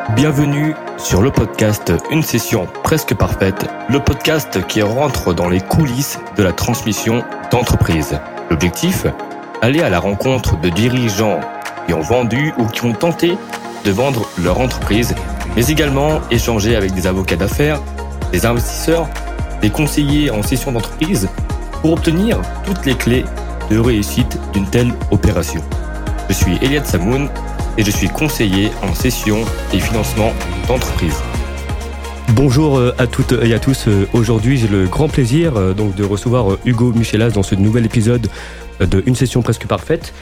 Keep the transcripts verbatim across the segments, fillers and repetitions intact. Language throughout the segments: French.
Bienvenue sur le podcast Une session presque parfaite, le podcast qui rentre dans les coulisses de la transmission d'entreprise. L'objectif, aller à la rencontre de dirigeants qui ont vendu ou qui ont tenté de vendre leur entreprise, mais également échanger avec des avocats d'affaires, des investisseurs, des conseillers en session d'entreprise pour obtenir toutes les clés de réussite d'une telle opération. Je suis Eliade Samoun et je suis conseiller en cession et financement d'entreprise. Bonjour à toutes et à tous. Aujourd'hui, j'ai le grand plaisir donc de recevoir Hugo Michelas dans ce nouvel épisode de Une session presque parfaite.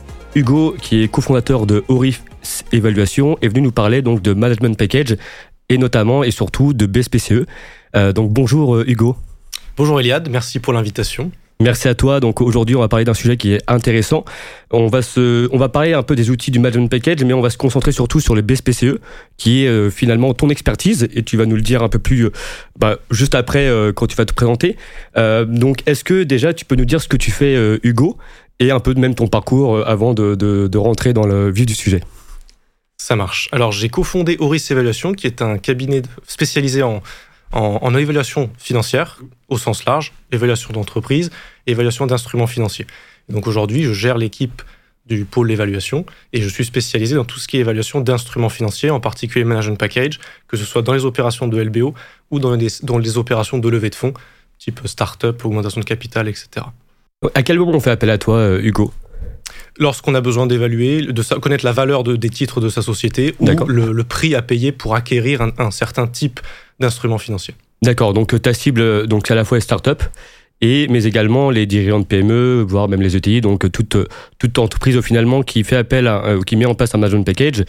Hugo, qui est cofondateur de Orif Évaluation, est venu nous parler donc de Management Package et notamment et surtout de B S P C E. Euh, donc bonjour Hugo. Bonjour Eliade, merci pour l'invitation. Merci à toi. Donc aujourd'hui, on va parler d'un sujet qui est intéressant. On va se, on va parler un peu des outils du Management Package, mais on va se concentrer surtout sur le B S P C E, qui est euh, finalement ton expertise, et tu vas nous le dire un peu plus, euh, bah, juste après euh, quand tu vas te présenter. Euh, donc, est-ce que déjà tu peux nous dire ce que tu fais, euh, Hugo, et un peu de même ton parcours euh, avant de, de, de rentrer dans le vif du sujet. Ça marche. Alors, j'ai cofondé Orif Évaluation, qui est un cabinet spécialisé en En, en évaluation financière, au sens large, évaluation d'entreprise, évaluation d'instruments financiers. Et donc aujourd'hui, je gère l'équipe du pôle évaluation et je suis spécialisé dans tout ce qui est évaluation d'instruments financiers, en particulier Management Package, que ce soit dans les opérations de L B O ou dans les, dans les opérations de levée de fonds, type start-up, augmentation de capital, et cetera. À quel moment on fait appel à toi, Hugo ? Lorsqu'on a besoin d'évaluer, de sa, connaître la valeur de, des titres de sa société ou le, le prix à payer pour acquérir un, un certain type d'instruments financiers. D'accord, donc ta cible, donc, c'est à la fois les startups, et, mais également les dirigeants de P M E, voire même les E T I, donc toute, toute entreprise finalement qui fait appel, à, qui met en place un management package.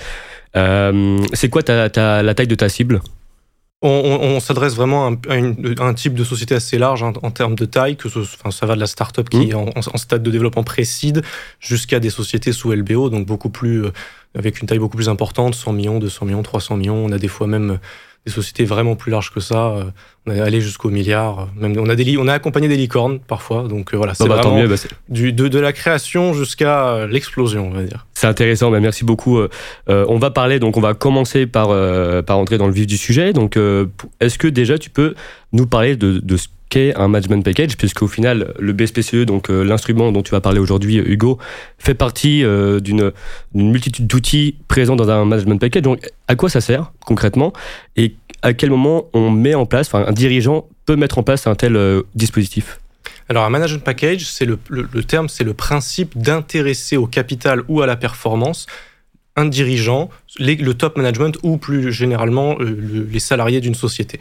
Euh, c'est quoi ta, ta, la taille de ta cible ? On, on, on s'adresse vraiment à, une, à un type de société assez large hein, en termes de taille, que ce, enfin, ça va de la start-up qui mmh. est en, en stade de développement pré-seed jusqu'à des sociétés sous L B O, donc beaucoup plus, euh, avec une taille beaucoup plus importante, cent millions, deux cents millions, trois cents millions. On a des fois même des sociétés vraiment plus larges que ça. Euh, on est allé jusqu'au milliard. Même, on, a des, on a accompagné des licornes parfois. Donc euh, voilà, c'est bah, bah, vraiment mieux, bah, c'est... Du, de, de la création jusqu'à l'explosion, on va dire. C'est intéressant, bah, merci beaucoup. Euh, on va parler, donc on va commencer par, euh, par entrer dans le vif du sujet. Donc, euh, est-ce que déjà tu peux nous parler de, de ce qu'est un management package, puisqu'au final, le B S P C E, donc euh, l'instrument dont tu vas parler aujourd'hui, Hugo, fait partie euh, d'une, d'une multitude d'outils présents dans un management package. Donc, à quoi ça sert concrètement et à quel moment on met en place, enfin, un dirigeant peut mettre en place un tel euh, dispositif ? Alors, un management package, c'est le, le, le terme, c'est le principe d'intéresser au capital ou à la performance un dirigeant, les, le top management ou plus généralement euh, le, les salariés d'une société.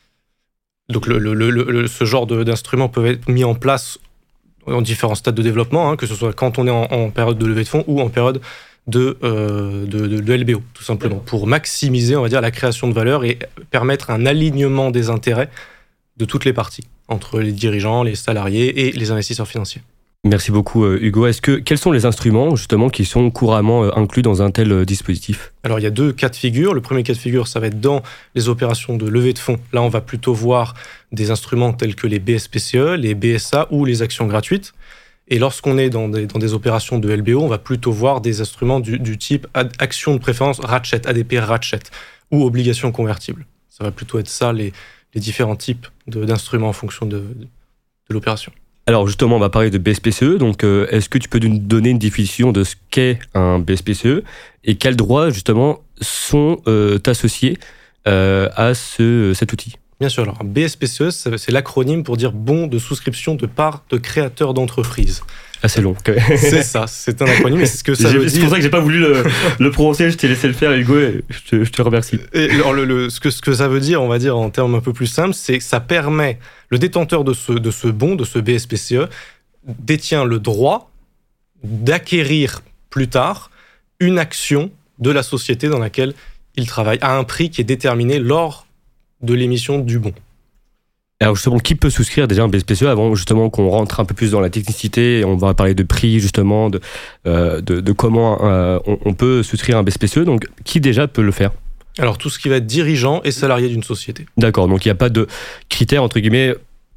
Donc, le, le, le, le, ce genre de, d'instruments peuvent être mis en place en différents stades de développement, hein, que ce soit quand on est en, en période de levée de fonds ou en période de, euh, de, de, de L B O, tout simplement, pour maximiser, on va dire, la création de valeur et permettre un alignement des intérêts de toutes les parties, entre les dirigeants, les salariés et les investisseurs financiers. Merci beaucoup Hugo. Est-ce que, quels sont les instruments justement qui sont couramment inclus dans un tel dispositif ? Alors il y a deux cas de figure. Le premier cas de figure, ça va être dans les opérations de levée de fonds. Là, on va plutôt voir des instruments tels que les B S P C E, les B S A ou les actions gratuites. Et lorsqu'on est dans des, dans des opérations de L B O, on va plutôt voir des instruments du, du type ad, action de préférence ratchet, A D P ratchet ou obligations convertibles. Ça va plutôt être ça les, les différents types de, d'instruments en fonction de, de, de l'opération. Alors justement, on va parler de B S P C E. Donc, euh, est-ce que tu peux nous donner une définition de ce qu'est un B S P C E et quels droits justement sont euh, associés euh, à ce, cet outil ? Bien sûr. Alors, B S P C E, c'est l'acronyme pour dire bon de souscription de part de créateur d'entreprise. Assez long. C'est ça, c'est un acronyme, mais c'est ce que ça j'ai, veut dire. C'est pour ça que j'ai pas voulu le, le prononcer, je t'ai laissé le faire, Hugo, et je te, je te remercie. Et alors, le, le, ce, que, ce que ça veut dire, on va dire en termes un peu plus simples, c'est que ça permet, le détenteur de ce, de ce bon, de ce B S P C E, détient le droit d'acquérir plus tard une action de la société dans laquelle il travaille, à un prix qui est déterminé lors de l'émission du bon. Alors justement, qui peut souscrire déjà un B S P C E avant justement qu'on rentre un peu plus dans la technicité et on va parler de prix justement, de, euh, de, de comment euh, on, on peut souscrire un B S P C E. Donc qui déjà peut le faire ? Alors tout ce qui va être dirigeant et salarié d'une société. D'accord, donc il n'y a pas de critères entre guillemets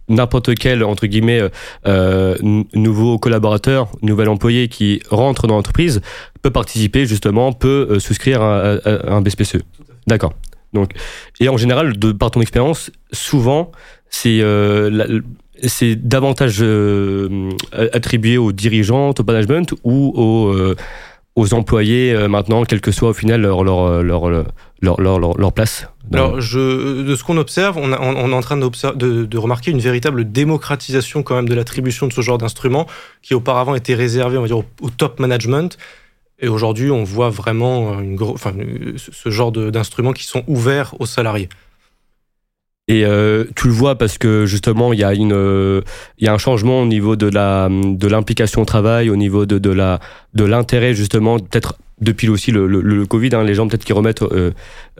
n'importe quel, entre guillemets, euh, n- nouveau collaborateur, nouvel employé qui rentre dans l'entreprise peut participer, justement, peut euh, souscrire à, à, à un B S P C E. D'accord. Donc, et en général, de par ton expérience, souvent, c'est, euh, la, c'est davantage euh, attribué aux dirigeants, au management ou aux, euh, aux employés euh, maintenant, quelle que soit au final leur, leur, leur, leur, leur, leur, leur place. Alors, je, de ce qu'on observe, on, a, on est en train de, de remarquer une véritable démocratisation quand même de l'attribution de ce genre d'instruments qui auparavant était réservé, on va dire, au, au top management. Et aujourd'hui, on voit vraiment une gros, enfin, ce genre de, d'instruments qui sont ouverts aux salariés. Et euh, tu le vois parce que justement, il y a une, euh, il y a un changement au niveau de la, de l'implication au travail, au niveau de, de la, de l'intérêt justement, peut-être depuis aussi le, le, le Covid, hein, les gens peut-être qui remettent, euh,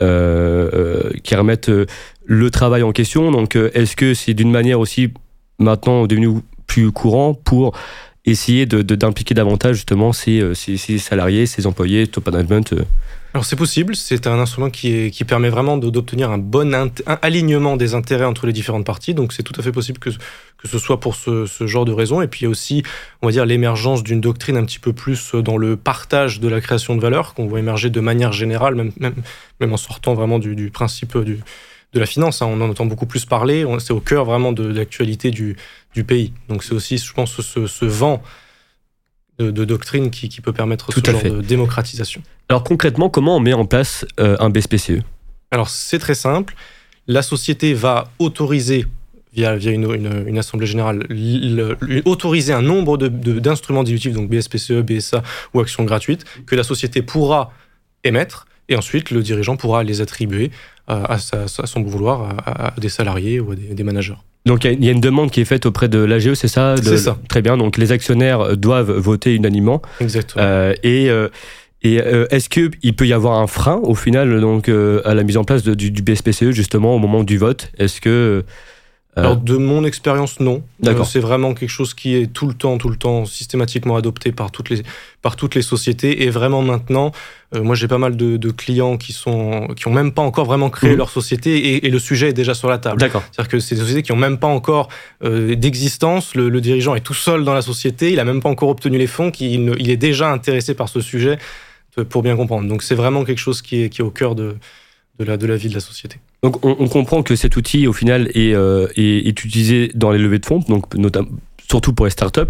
euh, qui remettent euh, le travail en question. Donc, euh, est-ce que c'est d'une manière aussi maintenant devenu plus courant pour essayer de, de d'impliquer davantage justement ces, ces, ces salariés, ces employés, top management? euh, Alors c'est possible, c'est un instrument qui, est, qui permet vraiment de, d'obtenir un bon int, un alignement des intérêts entre les différentes parties, donc c'est tout à fait possible que, que ce soit pour ce, ce genre de raisons. Et puis il y a aussi, on va dire, l'émergence d'une doctrine un petit peu plus dans le partage de la création de valeur, qu'on voit émerger de manière générale, même, même, même en sortant vraiment du, du principe du, de la finance, hein. On en entend beaucoup plus parler, c'est au cœur vraiment de, de l'actualité du, du pays. Donc c'est aussi, je pense, ce, ce vent de, de doctrine qui, qui peut permettre Tout ce à genre fait. de démocratisation. Alors concrètement, comment on met en place euh, un B S P C E? Alors c'est très simple, la société va autoriser, via, via une, une, une assemblée générale, le, le, autoriser un nombre de, de, d'instruments dilutifs, donc B S P C E, B S A ou actions gratuites, que la société pourra émettre, et ensuite le dirigeant pourra les attribuer à, à, sa, à son bon vouloir à, à des salariés ou à des, des managers. Donc il y, y a une demande qui est faite auprès de l'A G E, c'est ça? de, C'est ça. Très bien, donc les actionnaires doivent voter unanimement. Exactement. Euh, et euh, et euh, est-ce qu'il peut y avoir un frein au final donc, euh, à la mise en place de, du, du B S P C E justement au moment du vote? Est-ce que... Euh... Alors de mon expérience, non. D'accord. Euh, c'est vraiment quelque chose qui est tout le temps, tout le temps systématiquement adopté par toutes les, par toutes les sociétés. Et vraiment maintenant, euh, moi j'ai pas mal de, de clients qui sont, qui ont même pas encore vraiment créé mmh. leur société et, et le sujet est déjà sur la table. D'accord. C'est-à-dire que c'est des sociétés qui ont même pas encore euh, d'existence. Le, le dirigeant est tout seul dans la société. Il a même pas encore obtenu les fonds. Qu'il ne, il est déjà intéressé par ce sujet pour bien comprendre. Donc c'est vraiment quelque chose qui est, qui est au cœur de, de, la, de la vie de la société. Donc on, on comprend que cet outil au final est, euh, est, est utilisé dans les levées de fonds, donc notamment surtout pour les startups.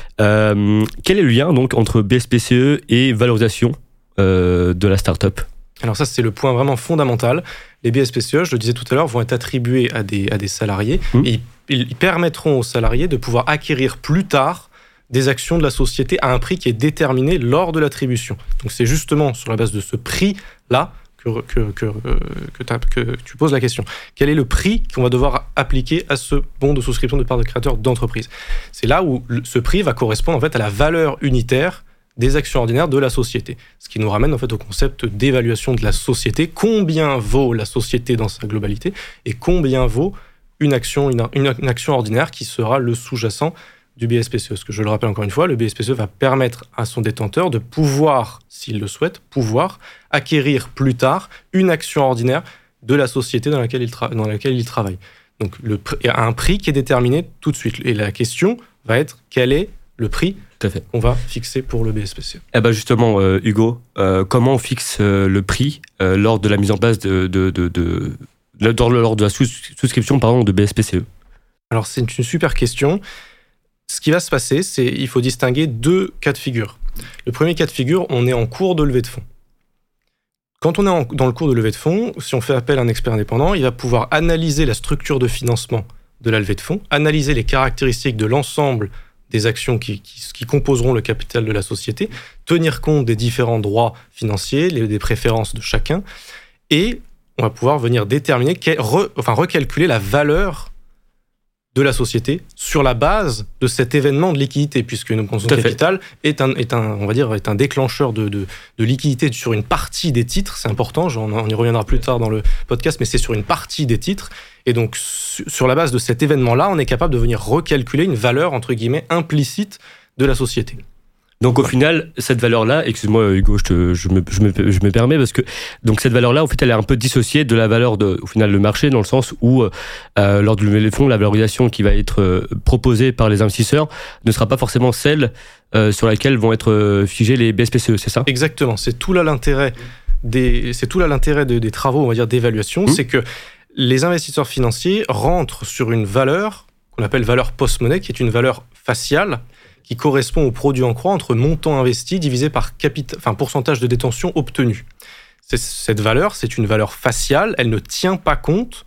Euh, quel est le lien donc entre B S P C E et valorisation euh, de la startup? Alors ça c'est le point vraiment fondamental. Les B S P C E, je le disais tout à l'heure, vont être attribués à des, à des salariés mmh. et ils, ils permettront aux salariés de pouvoir acquérir plus tard des actions de la société à un prix qui est déterminé lors de l'attribution. Donc c'est justement sur la base de ce prix-là que, que, que, que, que tu poses la question. Quel est le prix qu'on va devoir appliquer à ce bon de souscription de part de créateur d'entreprise? C'est là où ce prix va correspondre en fait à la valeur unitaire des actions ordinaires de la société. Ce qui nous ramène en fait au concept d'évaluation de la société. Combien vaut la société dans sa globalité et combien vaut une action, une, une, une action ordinaire qui sera le sous-jacent du B S P C E. Parce que je le rappelle encore une fois, le B S P C E va permettre à son détenteur de pouvoir, s'il le souhaite, pouvoir acquérir plus tard une action ordinaire de la société dans laquelle il, tra- dans laquelle il travaille. Donc le pr- il y a un prix qui est déterminé tout de suite. Et la question va être quel est le prix qu'on va fixer pour le B S P C E. Eh ben justement, euh, Hugo, euh, comment on fixe euh, le prix euh, lors de la mise en place de, de, de, de, de lors de la sous- souscription pardon, de B S P C E? Alors c'est une super question. Ce qui va se passer, c'est il faut distinguer deux cas de figure. Le premier cas de figure, on est en cours de levée de fonds. Quand on est en, dans le cours de levée de fonds, si on fait appel à un expert indépendant, il va pouvoir analyser la structure de financement de la levée de fonds, analyser les caractéristiques de l'ensemble des actions qui, qui, qui composeront le capital de la société, tenir compte des différents droits financiers, les, des préférences de chacun, et on va pouvoir venir déterminer, re, enfin recalculer la valeur de la société sur la base de cet événement de liquidité, puisque une consommation de capital est un, est un, on va dire, est un déclencheur de, de, de liquidité sur une partie des titres. C'est important, on, on y reviendra plus tard dans le podcast, mais c'est sur une partie des titres. Et donc, su, sur la base de cet événement-là, on est capable de venir recalculer une valeur, entre guillemets, implicite de la société. Donc au final, cette valeur-là, excuse-moi Hugo, je, te, je, me, je, me, je me permets, parce que donc cette valeur-là, en fait, elle est un peu dissociée de la valeur de, au final, le marché, dans le sens où, euh, lors du levée des fonds, la valorisation qui va être euh, proposée par les investisseurs ne sera pas forcément celle euh, sur laquelle vont être euh, figés les B S P C E, c'est ça ? Exactement, c'est tout là l'intérêt des, c'est tout là l'intérêt de, des travaux, on va dire, d'évaluation, mmh. c'est que les investisseurs financiers rentrent sur une valeur qu'on appelle valeur post-monnaie, qui est une valeur faciale, qui correspond au produit en croix entre montant investi divisé par capital, enfin, pourcentage de détention obtenu. C'est, cette valeur, c'est une valeur faciale, elle ne tient pas compte,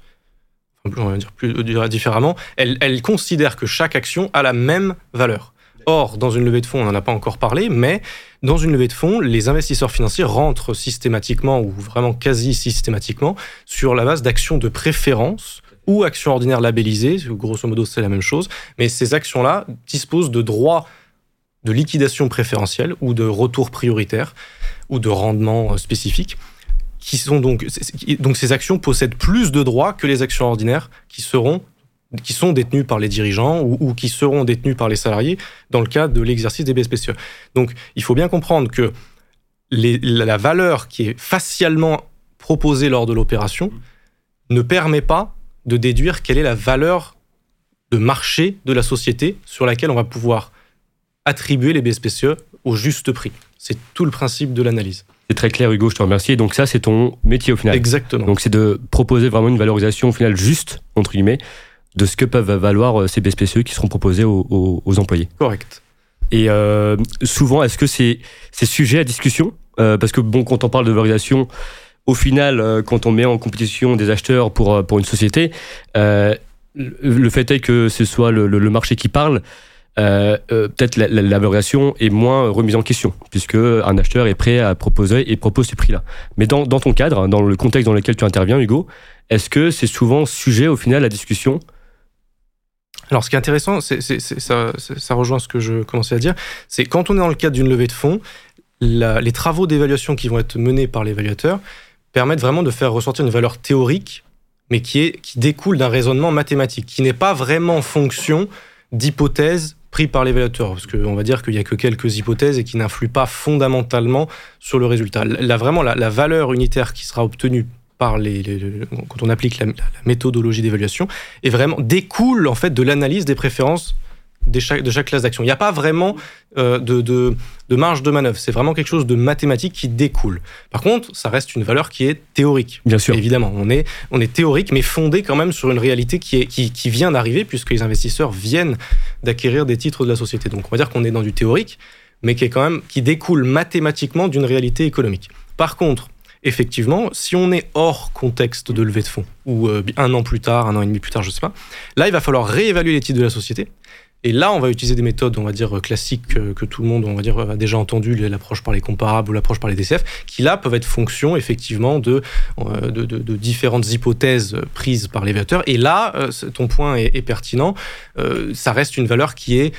on va dire plus différemment, elle, elle considère que chaque action a la même valeur. Or, dans une levée de fonds, on n'en a pas encore parlé, mais dans une levée de fonds, les investisseurs financiers rentrent systématiquement, ou vraiment quasi systématiquement, sur la base d'actions de préférence ou actions ordinaires labellisées, grosso modo c'est la même chose, mais ces actions-là disposent de droits de liquidation préférentielle ou de retour prioritaire ou de rendement spécifique, qui sont donc, donc ces actions possèdent plus de droits que les actions ordinaires qui seront qui sont détenues par les dirigeants ou, ou qui seront détenues par les salariés dans le cadre de l'exercice des B S P C E. Donc il faut bien comprendre que les, la valeur qui est facialement proposée lors de l'opération ne permet pas de déduire quelle est la valeur de marché de la société sur laquelle on va pouvoir attribuer les B S P C E au juste prix. C'est tout le principe de l'analyse. C'est très clair Hugo, je te remercie. Et donc ça, c'est ton métier au final. Exactement. Donc c'est de proposer vraiment une valorisation au final juste, entre guillemets, de ce que peuvent valoir ces B S P C E qui seront proposés aux, aux, aux employés. Correct. Et euh, souvent, est-ce que c'est, c'est sujet à discussion ? euh, Parce que bon, quand on parle de valorisation, au final, euh, quand on met en compétition des acheteurs pour, pour une société, euh, le fait est que ce soit le, le, le marché qui parle, euh, euh, peut-être la, la, la valorisation est moins remise en question, puisque un acheteur est prêt à proposer et propose ce prix-là. Mais dans, dans ton cadre, dans le contexte dans lequel tu interviens, Hugo, est-ce que c'est souvent sujet au final à discussion ? Alors, ce qui est intéressant, c'est, c'est, c'est, ça, ça rejoint ce que je commençais à dire, c'est quand on est dans le cadre d'une levée de fonds, la, les travaux d'évaluation qui vont être menés par l'évaluateur permettent vraiment de faire ressortir une valeur théorique, mais qui, est, qui découle d'un raisonnement mathématique, qui n'est pas vraiment fonction d'hypothèses prises par l'évaluateur, parce qu'on va dire qu'il n'y a que quelques hypothèses et qui n'influent pas fondamentalement sur le résultat. La, vraiment, la, la valeur unitaire qui sera obtenue par les, les, les, quand on applique la, la méthodologie d'évaluation, et vraiment découle en fait de l'analyse des préférences de chaque, de chaque classe d'action. Il n'y a pas vraiment euh, de, de, de marge de manœuvre. C'est vraiment quelque chose de mathématique qui découle. Par contre, ça reste une valeur qui est théorique. Bien sûr. Évidemment, on est, on est théorique, mais fondé quand même sur une réalité qui, est, qui, qui vient d'arriver, puisque les investisseurs viennent d'acquérir des titres de la société. Donc, on va dire qu'on est dans du théorique, mais qui est quand même qui découle mathématiquement d'une réalité économique. Par contre, effectivement, si on est hors contexte de levée de fonds, ou euh, un an plus tard, un an et demi plus tard, je ne sais pas, là, il va falloir réévaluer les titres de la société. Et là, on va utiliser des méthodes, on va dire, classiques que, que tout le monde, on va dire, a déjà entendu, l'approche par les comparables ou l'approche par les D C F, qui là peuvent être fonction, effectivement, de, de, de, de différentes hypothèses prises par l'évaluateur. Et là, ton point est, est pertinent. Euh, ça reste une valeur qui est,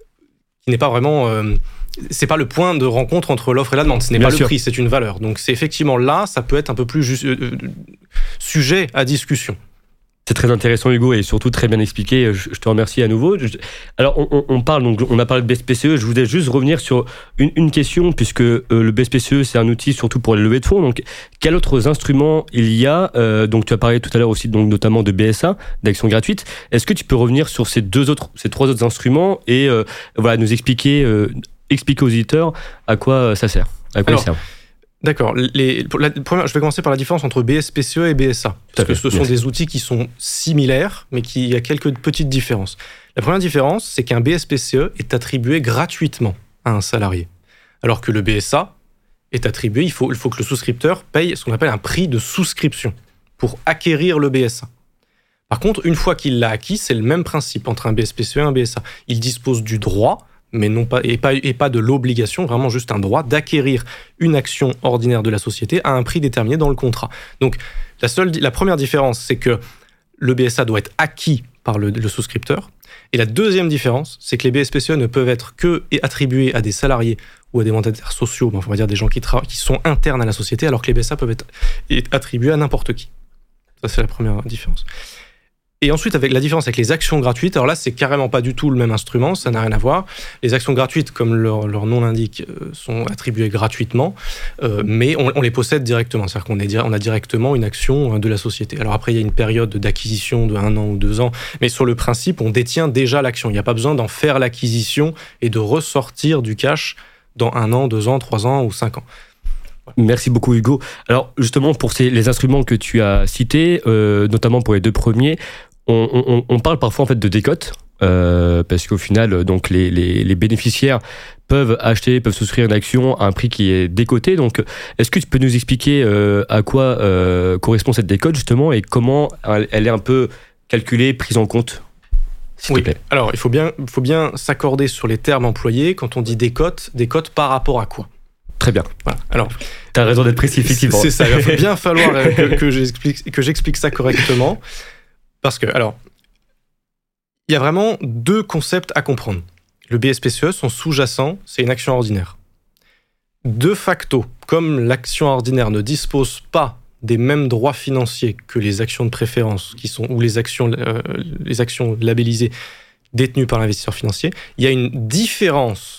qui n'est pas vraiment, euh, c'est pas le point de rencontre entre l'offre et la demande. Ce n'est Bien pas sûr. Le prix, c'est une valeur. Donc, c'est effectivement là, ça peut être un peu plus ju- euh, sujet à discussion. C'est très intéressant Hugo et surtout très bien expliqué, je te remercie à nouveau. Alors on, on parle, donc on a parlé de B S P C E, je voudrais juste revenir sur une, une question puisque euh, le B S P C E c'est un outil surtout pour les levées de fonds, donc quels autres instruments il y a euh, donc tu as parlé tout à l'heure aussi donc, notamment de B S A, d'actions gratuites, est-ce que tu peux revenir sur ces deux autres, ces trois autres instruments et euh, voilà, nous expliquer, euh, expliquer aux auditeurs à quoi ça sert, à quoi Alors, ils servent. D'accord. Les, pour la, première, je vais commencer par la différence entre B S P C E et B S A. Parce que ce sont des outils qui sont similaires, mais qui, il y a quelques petites différences. La première différence, c'est qu'un B S P C E est attribué gratuitement à un salarié. Alors que le B S A est attribué, il faut, il faut que le souscripteur paye ce qu'on appelle un prix de souscription pour acquérir le B S A. Par contre, une fois qu'il l'a acquis, c'est le même principe entre un B S P C E et un B S A. Il dispose du droit, mais non pas et, pas et pas de l'obligation, vraiment juste un droit d'acquérir une action ordinaire de la société à un prix déterminé dans le contrat. Donc la seule, la première différence, c'est que le B S A doit être acquis par le, le souscripteur. Et la deuxième différence, c'est que les B S P C E ne peuvent être que attribués à des salariés ou à des mandataires sociaux, on va dire des gens qui, tra- qui sont internes à la société, alors que les B S A peuvent être attribués à n'importe qui. Ça, c'est la première différence. Et ensuite, avec la différence avec les actions gratuites, alors là, c'est carrément pas du tout le même instrument, ça n'a rien à voir. Les actions gratuites, comme leur, leur nom l'indique, euh, sont attribuées gratuitement, euh, mais on, on les possède directement. C'est-à-dire qu'on est, on a directement une action de la société. Alors après, il y a une période d'acquisition de un an ou deux ans, mais sur le principe, on détient déjà l'action. Il n'y a pas besoin d'en faire l'acquisition et de ressortir du cash dans un an, deux ans, trois ans ou cinq ans. Merci beaucoup Hugo. Alors justement pour ces, les instruments que tu as cités, euh, notamment pour les deux premiers, on, on, on parle parfois en fait de décote, euh, parce qu'au final donc les, les, les bénéficiaires peuvent acheter, peuvent souscrire une action à un prix qui est décoté. Donc est-ce que tu peux nous expliquer euh, à quoi euh, correspond cette décote justement et comment elle est un peu calculée, prise en compte? S'il oui. te plaît. Alors il faut bien, il faut bien s'accorder sur les termes employés. Quand on dit décote, décote par rapport à quoi? Très bien. Voilà. Alors, tu as raison d'être précis, effectivement. C'est ça, il va bien falloir que, que, j'explique, que j'explique ça correctement. Parce que, alors, il y a vraiment deux concepts à comprendre. Le B S P C E, son sous-jacent, c'est une action ordinaire. De facto, comme l'action ordinaire ne dispose pas des mêmes droits financiers que les actions de préférence, qui sont, ou les actions, euh, les actions labellisées détenues par l'investisseur financier, il y a une différence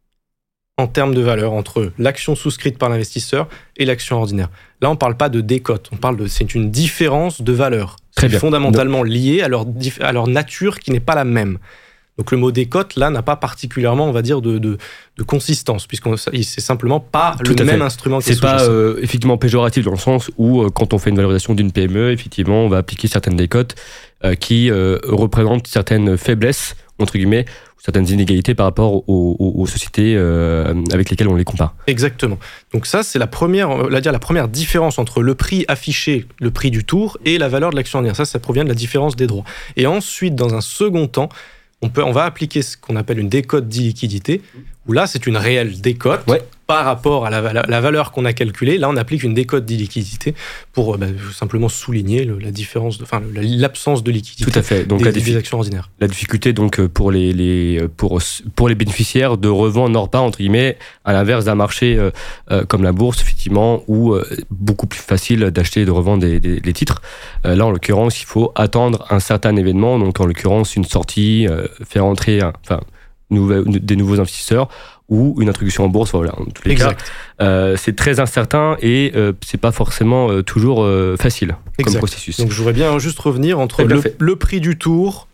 en termes de valeur entre l'action souscrite par l'investisseur et l'action ordinaire. Là, on ne parle pas de décote, on parle de c'est une différence de valeur. Très c'est bien. Fondamentalement lié à leur, à leur nature qui n'est pas la même. Donc le mot décote, là, n'a pas particulièrement, on va dire, de, de, de consistance, puisque c'est simplement pas Tout le même fait. instrument qui est sous-jacent. C'est pas euh, effectivement péjoratif dans le sens où, euh, quand on fait une valorisation d'une P M E, effectivement, on va appliquer certaines décotes euh, qui euh, représentent certaines faiblesses, entre guillemets, certaines inégalités par rapport aux, aux, aux sociétés euh, avec lesquelles on les compare. Exactement. Donc ça, c'est la première, on va dire la première différence entre le prix affiché, le prix du tour, et la valeur de l'action ordinaire. Ça, ça provient de la différence des droits. Et ensuite, dans un second temps, on, peut, on va appliquer ce qu'on appelle une décote d'illiquidité, où là, c'est une réelle décote. Ouais. Par rapport à la, la, la valeur qu'on a calculée. Là, on applique une décote d'illiquidité pour bah, simplement souligner le, la différence, de, enfin, l'absence de liquidité. Tout à fait. Donc des, la diffi- des actions ordinaires. La difficulté donc pour les, les pour pour les bénéficiaires de revendre pas entre guillemets, à l'inverse d'un marché euh, euh, comme la bourse effectivement où euh, beaucoup plus facile d'acheter et de revendre des, des, des titres. Euh, là, en l'occurrence, il faut attendre un certain événement. Donc en l'occurrence, une sortie, euh, faire entrer, un, enfin, nouvel, des nouveaux investisseurs. Ou une introduction en bourse, voilà, en tous les exact. cas. Euh, c'est très incertain et euh, c'est pas forcément euh, toujours euh, facile exact. Comme processus. Donc je voudrais bien juste revenir entre le, le prix du tour,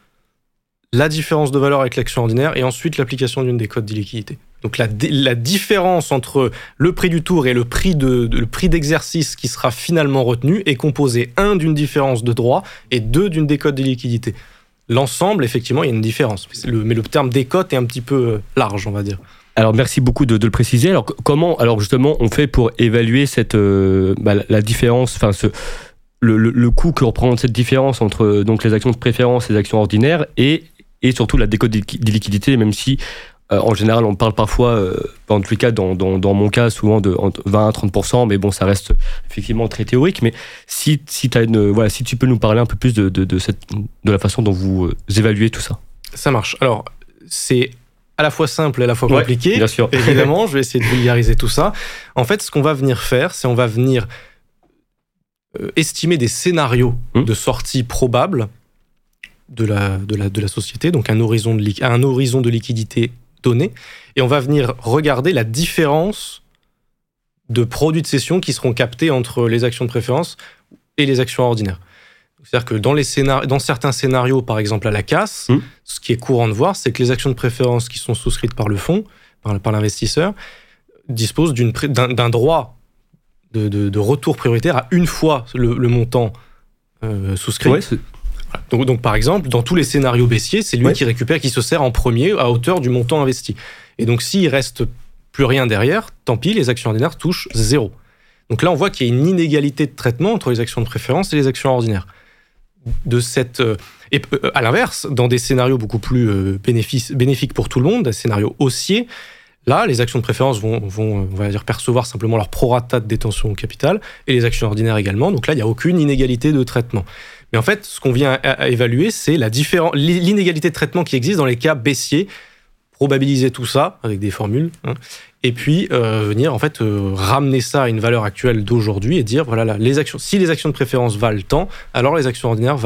la différence de valeur avec l'action ordinaire et ensuite l'application d'une décote d'illiquidité. Donc la, la différence entre le prix du tour et le prix, de, de, le prix d'exercice qui sera finalement retenu est composé, un, d'une différence de droit et deux, d'une décote d'illiquidité. L'ensemble, effectivement, il y a une différence. Le, mais le terme décote est un petit peu large, on va dire. Alors merci beaucoup de, de le préciser. Alors comment, alors justement, on fait pour évaluer cette euh, bah, la différence, enfin ce le, le, le coût que représente cette différence entre donc les actions de préférence et les actions ordinaires et et surtout la décote d'illiquidité, même si euh, en général on parle parfois, euh, en tous les cas dans, dans dans mon cas souvent de vingt à trente pour cent, mais bon ça reste effectivement très théorique. Mais si si t'as une voilà si tu peux nous parler un peu plus de de de cette de la façon dont vous euh, évaluez tout ça. Ça marche. Alors c'est à la fois simple et à la fois compliqué. Ouais, bien sûr. Évidemment, je vais essayer de vulgariser tout ça. En fait, ce qu'on va venir faire, c'est on va venir euh, estimer des scénarios mmh. de sortie probables de la, de, la, de la société, donc un horizon, de, un horizon de liquidité donné, et on va venir regarder la différence de produits de cession qui seront captés entre les actions de préférence et les actions ordinaires. C'est-à-dire que dans, les scénar- dans certains scénarios, par exemple à la casse, mmh. ce qui est courant de voir, c'est que les actions de préférence qui sont souscrites par le fonds, par, par l'investisseur, disposent d'une, d'un, d'un droit de, de, de retour prioritaire à une fois le, le montant euh, souscrit. Ouais, c'est... Donc, donc, par exemple, dans tous les scénarios baissiers, c'est lui ouais. qui récupère, qui se sert en premier à hauteur du montant investi. Et donc, s'il reste plus rien derrière, tant pis, les actions ordinaires touchent zéro. Donc là, on voit qu'il y a une inégalité de traitement entre les actions de préférence et les actions ordinaires. De cette, euh, et euh, à l'inverse, dans des scénarios beaucoup plus euh, bénéfices, bénéfiques pour tout le monde, des scénarios haussiers, là, les actions de préférence vont, vont on va dire, percevoir simplement leur prorata de détention au capital, et les actions ordinaires également. Donc là, il n'y a aucune inégalité de traitement. Mais en fait, ce qu'on vient à, à évaluer, c'est la différen- l'inégalité de traitement qui existe dans les cas baissiers, probabiliser tout ça avec des formules, hein, et puis euh, venir en fait euh, ramener ça à une valeur actuelle d'aujourd'hui et dire voilà là, les actions, si les actions de préférence valent tant, alors les actions ordinaires valent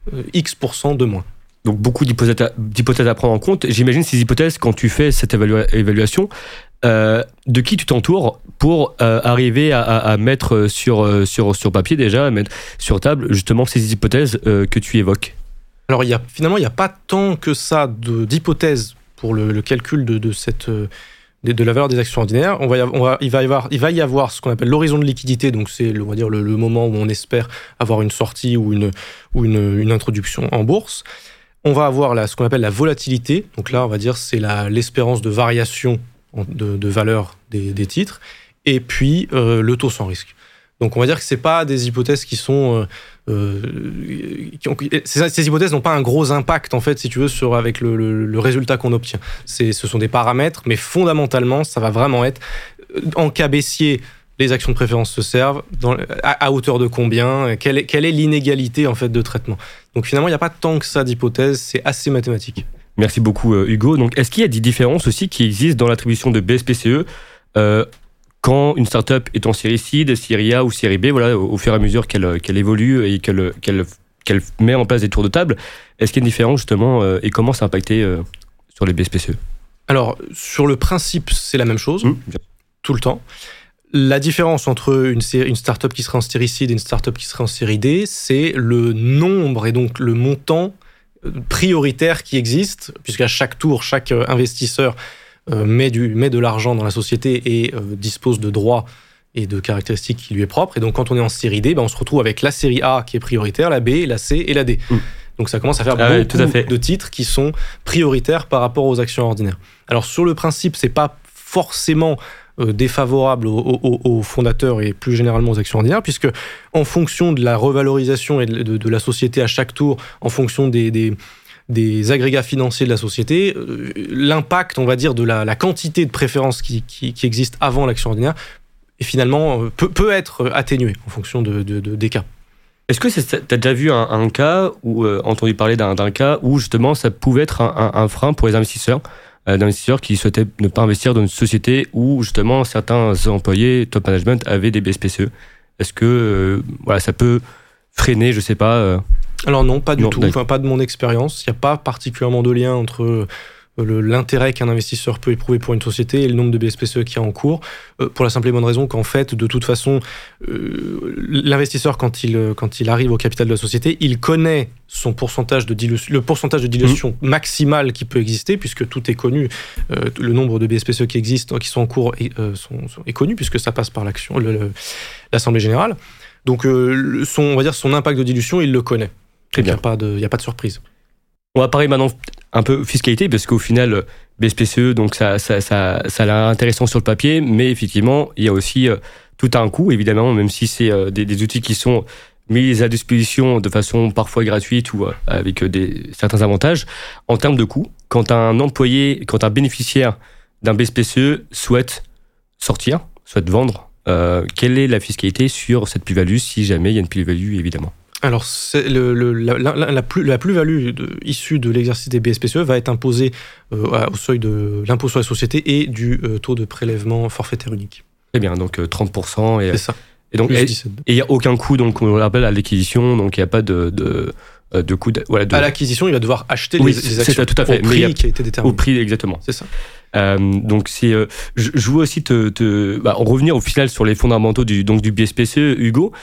euh, X pourcent de moins. Donc beaucoup d'hypothèses à, d'hypothèses à prendre en compte. J'imagine ces hypothèses, quand tu fais cette évalua- évaluation, euh, de qui tu t'entoures pour euh, arriver à, à, à mettre sur, euh, sur, sur papier déjà, à mettre sur table justement ces hypothèses euh, que tu évoques. Alors il y a, finalement, il n'y a pas tant que ça de, d'hypothèses pour le, le calcul de, de, cette, de, de la valeur des actions ordinaires. On va y avoir, on va, il, va y avoir, il va y avoir ce qu'on appelle l'horizon de liquidité, donc c'est on va dire, le, le moment où on espère avoir une sortie ou une, ou une, une introduction en bourse. On va avoir là, ce qu'on appelle la volatilité, donc là on va dire c'est la, l'espérance de variation de, de valeur des, des titres, et puis euh, le taux sans risque. Donc on va dire que c'est pas des hypothèses qui sont... Euh, euh, qui ont, ces, ces hypothèses n'ont pas un gros impact, en fait, si tu veux, sur, avec le, le, le résultat qu'on obtient. C'est, ce sont des paramètres, mais fondamentalement, ça va vraiment être, en cas baissier, les actions de préférence se servent, dans, à, à hauteur de combien, quelle est, quelle est l'inégalité, en fait, de traitement. Donc finalement, il n'y a pas tant que ça d'hypothèses, c'est assez mathématique. Merci beaucoup, Hugo. Donc, est-ce qu'il y a des différences aussi qui existent dans l'attribution de B S P C E euh, quand une startup est en série C, série A ou série B, voilà, au, au fur et à mesure qu'elle, qu'elle évolue et qu'elle, qu'elle, qu'elle met en place des tours de table, est-ce qu'il y a une différence justement euh, et comment ça a impacté euh, sur les B S P C E? Alors, sur le principe, c'est la même chose, mmh. tout le temps. La différence entre une, série, une startup qui serait en série C et une startup qui serait en série D, c'est le nombre et donc le montant prioritaire qui existe, puisqu'à chaque tour, chaque investisseur euh, met, du, met de l'argent dans la société et euh, dispose de droits et de caractéristiques qui lui est propre. Et donc, quand on est en série D, ben, on se retrouve avec la série A qui est prioritaire, la B, la C et la D. Mmh. Donc, ça commence à faire ah beaucoup ouais, tout à fait. de titres qui sont prioritaires par rapport aux actions ordinaires. Alors, sur le principe, c'est pas forcément euh, défavorable aux, aux, aux fondateurs et plus généralement aux actions ordinaires, puisque en fonction de la revalorisation et de, de, de la société à chaque tour, en fonction des, des, des agrégats financiers de la société, euh, l'impact, on va dire, de la, la quantité de préférences qui, qui, qui existe avant l'action ordinaire, et finalement, euh, peut, peut être atténué en fonction de, de, de, des cas. Est-ce que tu as déjà vu un, un cas, ou euh, entendu parler d'un, d'un cas où justement ça pouvait être un, un, un frein pour les investisseurs d'investisseurs qui souhaitaient ne pas investir dans une société où justement certains employés top management avaient des B S P C E? Est-ce que euh, voilà, ça peut freiner, je sais pas euh... Alors non, pas du non, tout, enfin, pas de mon expérience. Il n'y a pas particulièrement de lien entre le, l'intérêt qu'un investisseur peut éprouver pour une société et le nombre de B S P C E qu'il y a en cours, euh, pour la simple et bonne raison qu'en fait, de toute façon, euh, l'investisseur, quand il, quand il arrive au capital de la société, il connaît son pourcentage de dilution, le pourcentage de dilution mmh. maximal qui peut exister, puisque tout est connu, euh, le nombre de B S P C E qui existent, qui sont en cours est, euh, sont, sont, est connu, puisque ça passe par l'action, le, le, l'Assemblée Générale. Donc, euh, son, on va dire, son impact de dilution, il le connaît. Très bien. Il n'y a pas de, il n'y a pas de surprise. On va parler maintenant un peu fiscalité, parce qu'au final, B S P C E, donc ça, ça, ça, ça a l'air intéressant sur le papier, mais effectivement, il y a aussi euh, tout un coût, évidemment, même si c'est euh, des, des outils qui sont mis à disposition de façon parfois gratuite ou euh, avec des, certains avantages. En termes de coût, quand un employé, quand un bénéficiaire d'un B S P C E souhaite sortir, souhaite vendre, euh, quelle est la fiscalité sur cette plus-value, si jamais il y a une plus-value, évidemment? Alors, c'est le, le, la, la, la, plus, la plus-value de, issue de l'exercice des B S P C E va être imposée euh, au seuil de l'impôt sur les sociétés et du euh, taux de prélèvement forfaitaire unique. Très bien, donc euh, trente pour cent. Et, c'est ça. Et donc, et il n'y a aucun coût, donc on le rappelle, à l'acquisition, donc il n'y a pas de, de, de coût. De, voilà, de... À l'acquisition, il va devoir acheter oui, les, les actions c'est ça, tout à fait. au prix a, qui a été déterminé. Au prix, exactement. C'est ça. Euh, donc c'est, euh, je, je veux aussi te, te bah, revenir au final sur les fondamentaux du, donc du B S P C E, Hugo.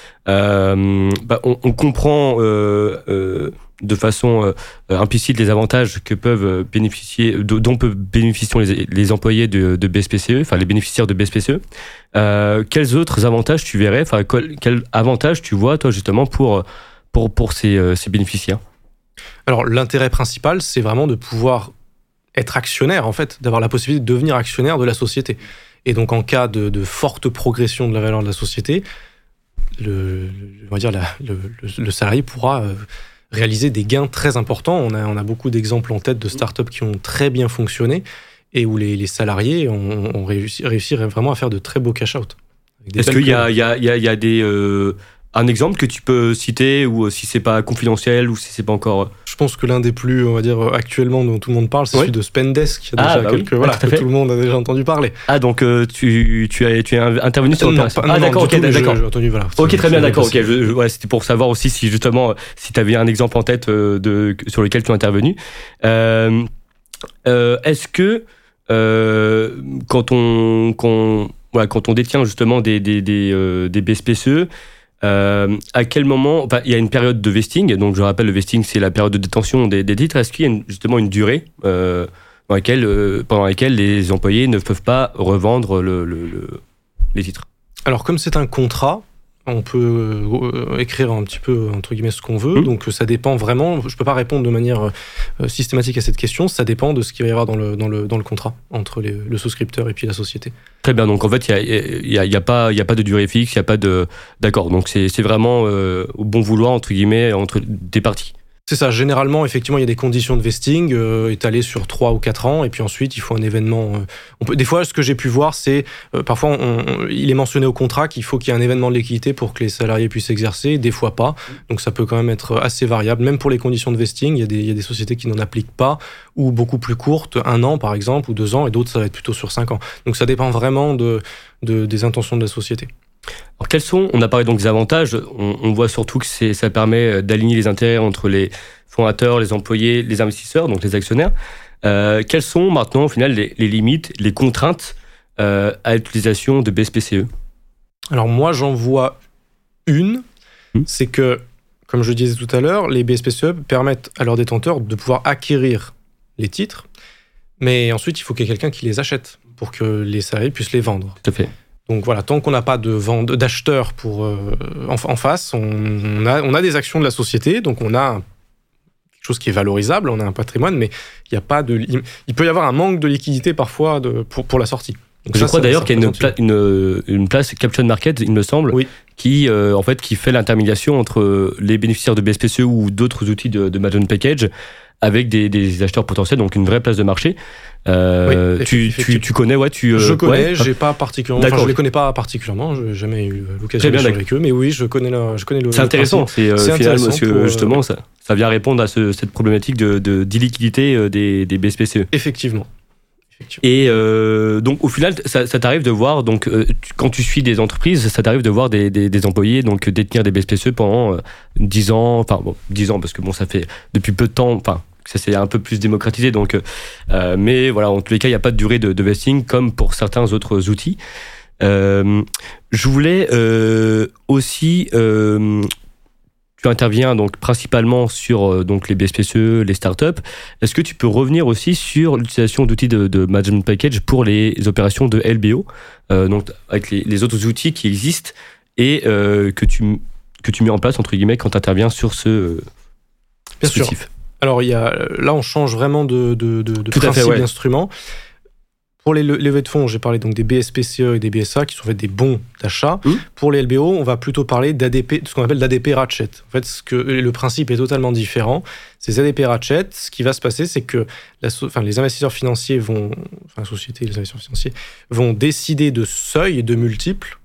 Euh, bah, on, on comprend euh, euh, de façon euh, implicite les avantages que peuvent bénéficier, dont peuvent bénéficier les, les employés de, de B S P C E, enfin les bénéficiaires de B S P C E. Euh, quels autres avantages tu verrais, enfin quel, quel avantage tu vois toi justement pour pour pour ces, ces bénéficiaires? Alors l'intérêt principal, c'est vraiment de pouvoir être actionnaire, en fait, d'avoir la possibilité de devenir actionnaire de la société. Et donc, en cas de, de forte progression de la valeur de la société, le, le, on va dire la, le, le, le salarié pourra euh, réaliser des gains très importants. On a, on a beaucoup d'exemples en tête de startups qui ont très bien fonctionné et où les, les salariés ont, ont réussi, réussi vraiment à faire de très beaux cash-out. Est-ce qu'il y a, il y a, il y a, il y a des... Euh... un exemple que tu peux citer, ou si c'est pas confidentiel, ou si c'est pas encore... Je pense que l'un des plus, on va dire, actuellement dont tout le monde parle, c'est oui. celui de Spendesk. Il y a ah, déjà bah quelques, oui. voilà, ah, tout, que tout le monde a déjà entendu parler. Ah, donc euh, tu, tu, as, tu es intervenu sur l'opération. Ah, ah, d'accord, ok, d'accord. J'ai entendu, voilà. Ok, très bien, d'accord. Okay. Je, je, ouais, c'était pour savoir aussi si, justement, si tu avais un exemple en tête euh, de, sur lequel tu es intervenu. Euh, euh, est-ce que, euh, quand, on, quand, voilà, quand on détient justement des, des, des, euh, des B S P C E, Euh, à quel moment, enfin, il y a une période de vesting, donc je rappelle, le vesting, c'est la période de détention des, des titres. Est-ce qu'il y a une, justement une durée euh, dans laquelle, euh, pendant laquelle les employés ne peuvent pas revendre le, le, le, les titres? Alors, comme c'est un contrat, on peut euh, écrire un petit peu, entre guillemets, ce qu'on veut. Mmh. Donc, ça dépend vraiment. Je ne peux pas répondre de manière euh, systématique à cette question. Ça dépend de ce qu'il va y avoir dans le, dans le, dans le contrat entre les, le souscripteur et puis la société. Très bien. Donc, en fait, il n'y a, y a, y a, pas, y a pas de durée fixe, il n'y a pas de... D'accord. Donc, c'est, c'est vraiment euh, au bon vouloir, entre guillemets, entre des parties. C'est ça. Généralement, effectivement, il y a des conditions de vesting euh, étalées sur trois ou quatre ans. Et puis ensuite, il faut un événement. Euh, on peut, des fois, ce que j'ai pu voir, c'est euh, parfois, on, on, il est mentionné au contrat qu'il faut qu'il y ait un événement de liquidité pour que les salariés puissent exercer. Des fois, pas. Donc, ça peut quand même être assez variable. Même pour les conditions de vesting, il y a des, il y a des sociétés qui n'en appliquent pas, ou beaucoup plus courtes, un an par exemple, ou deux ans, et d'autres, ça va être plutôt sur cinq ans. Donc, ça dépend vraiment de, de, des intentions de la société. Alors, quels sont, on a parlé donc des avantages, on, on voit surtout que c'est, ça permet d'aligner les intérêts entre les fondateurs, les employés, les investisseurs, donc les actionnaires. Euh, quelles sont maintenant au final les, les limites, les contraintes euh, à l'utilisation de B S P C E? Alors moi j'en vois une, mmh. c'est que, comme je le disais tout à l'heure, les B S P C E permettent à leurs détenteurs de pouvoir acquérir les titres, mais ensuite il faut qu'il y ait quelqu'un qui les achète pour que les salariés puissent les vendre. Tout à fait. Donc voilà, tant qu'on n'a pas de vente, d'acheteurs pour, euh, en, en face, on, on, a, on a des actions de la société, donc on a un, quelque chose qui est valorisable, on a un patrimoine, mais il y a pas de, il, il peut y avoir un manque de liquidité parfois de, pour, pour la sortie. Donc je ça, crois ça, d'ailleurs ça qu'il y a une, pla- une, une place Caption Market, il me semble, oui. qui, euh, en fait, qui fait l'intermédiation entre les bénéficiaires de B S P C E ou d'autres outils de, de management package avec des, des acheteurs potentiels, donc une vraie place de marché. Euh, oui, tu, tu, tu connais, ouais, tu. Euh, je connais, ouais. j'ai pas particulièrement. Enfin, je les connais pas particulièrement. Je n'ai jamais eu l'occasion d'échanger avec eux, mais oui, je connais la, je connais le. C'est intéressant, c'est, euh, c'est final, intéressant parce que pour, justement, ça, ça vient répondre à ce, cette problématique de, de d'illiquidité des, des B S P C E. Effectivement. Et euh, donc au final, ça, ça t'arrive de voir, donc euh, tu, quand tu suis des entreprises, ça t'arrive de voir des, des, des employés donc détenir des B S P C E pendant euh, dix ans, enfin bon, dix ans parce que bon, ça fait depuis peu de temps, enfin ça c'est un peu plus démocratisé, donc euh, mais voilà, en tous les cas, il n'y a pas de durée de, de vesting comme pour certains autres outils. Euh, je voulais euh, aussi euh, tu interviens donc principalement sur euh, donc les B S P C E, les startups. Est-ce que tu peux revenir aussi sur l'utilisation d'outils de, de management package pour les opérations de L B O, euh, donc avec les, les autres outils qui existent et euh, que tu que tu mets en place entre guillemets quand tu interviens sur ce euh, Bien sûr. Alors il y a là on change vraiment de de de, de principe fait, ouais. d'instrument. Pour les levées de fonds, j'ai parlé donc des B S P C E et des B S A qui sont en fait des bons d'achat. Mmh. Pour les L B O, on va plutôt parler d'A D P, de ce qu'on appelle d'A D P ratchet. En fait, ce que, le principe est totalement différent. Ces A D P ratchet, ce qui va se passer, c'est que la, enfin, les investisseurs financiers vont, enfin la société et les investisseurs financiers vont décider de seuils et de multiples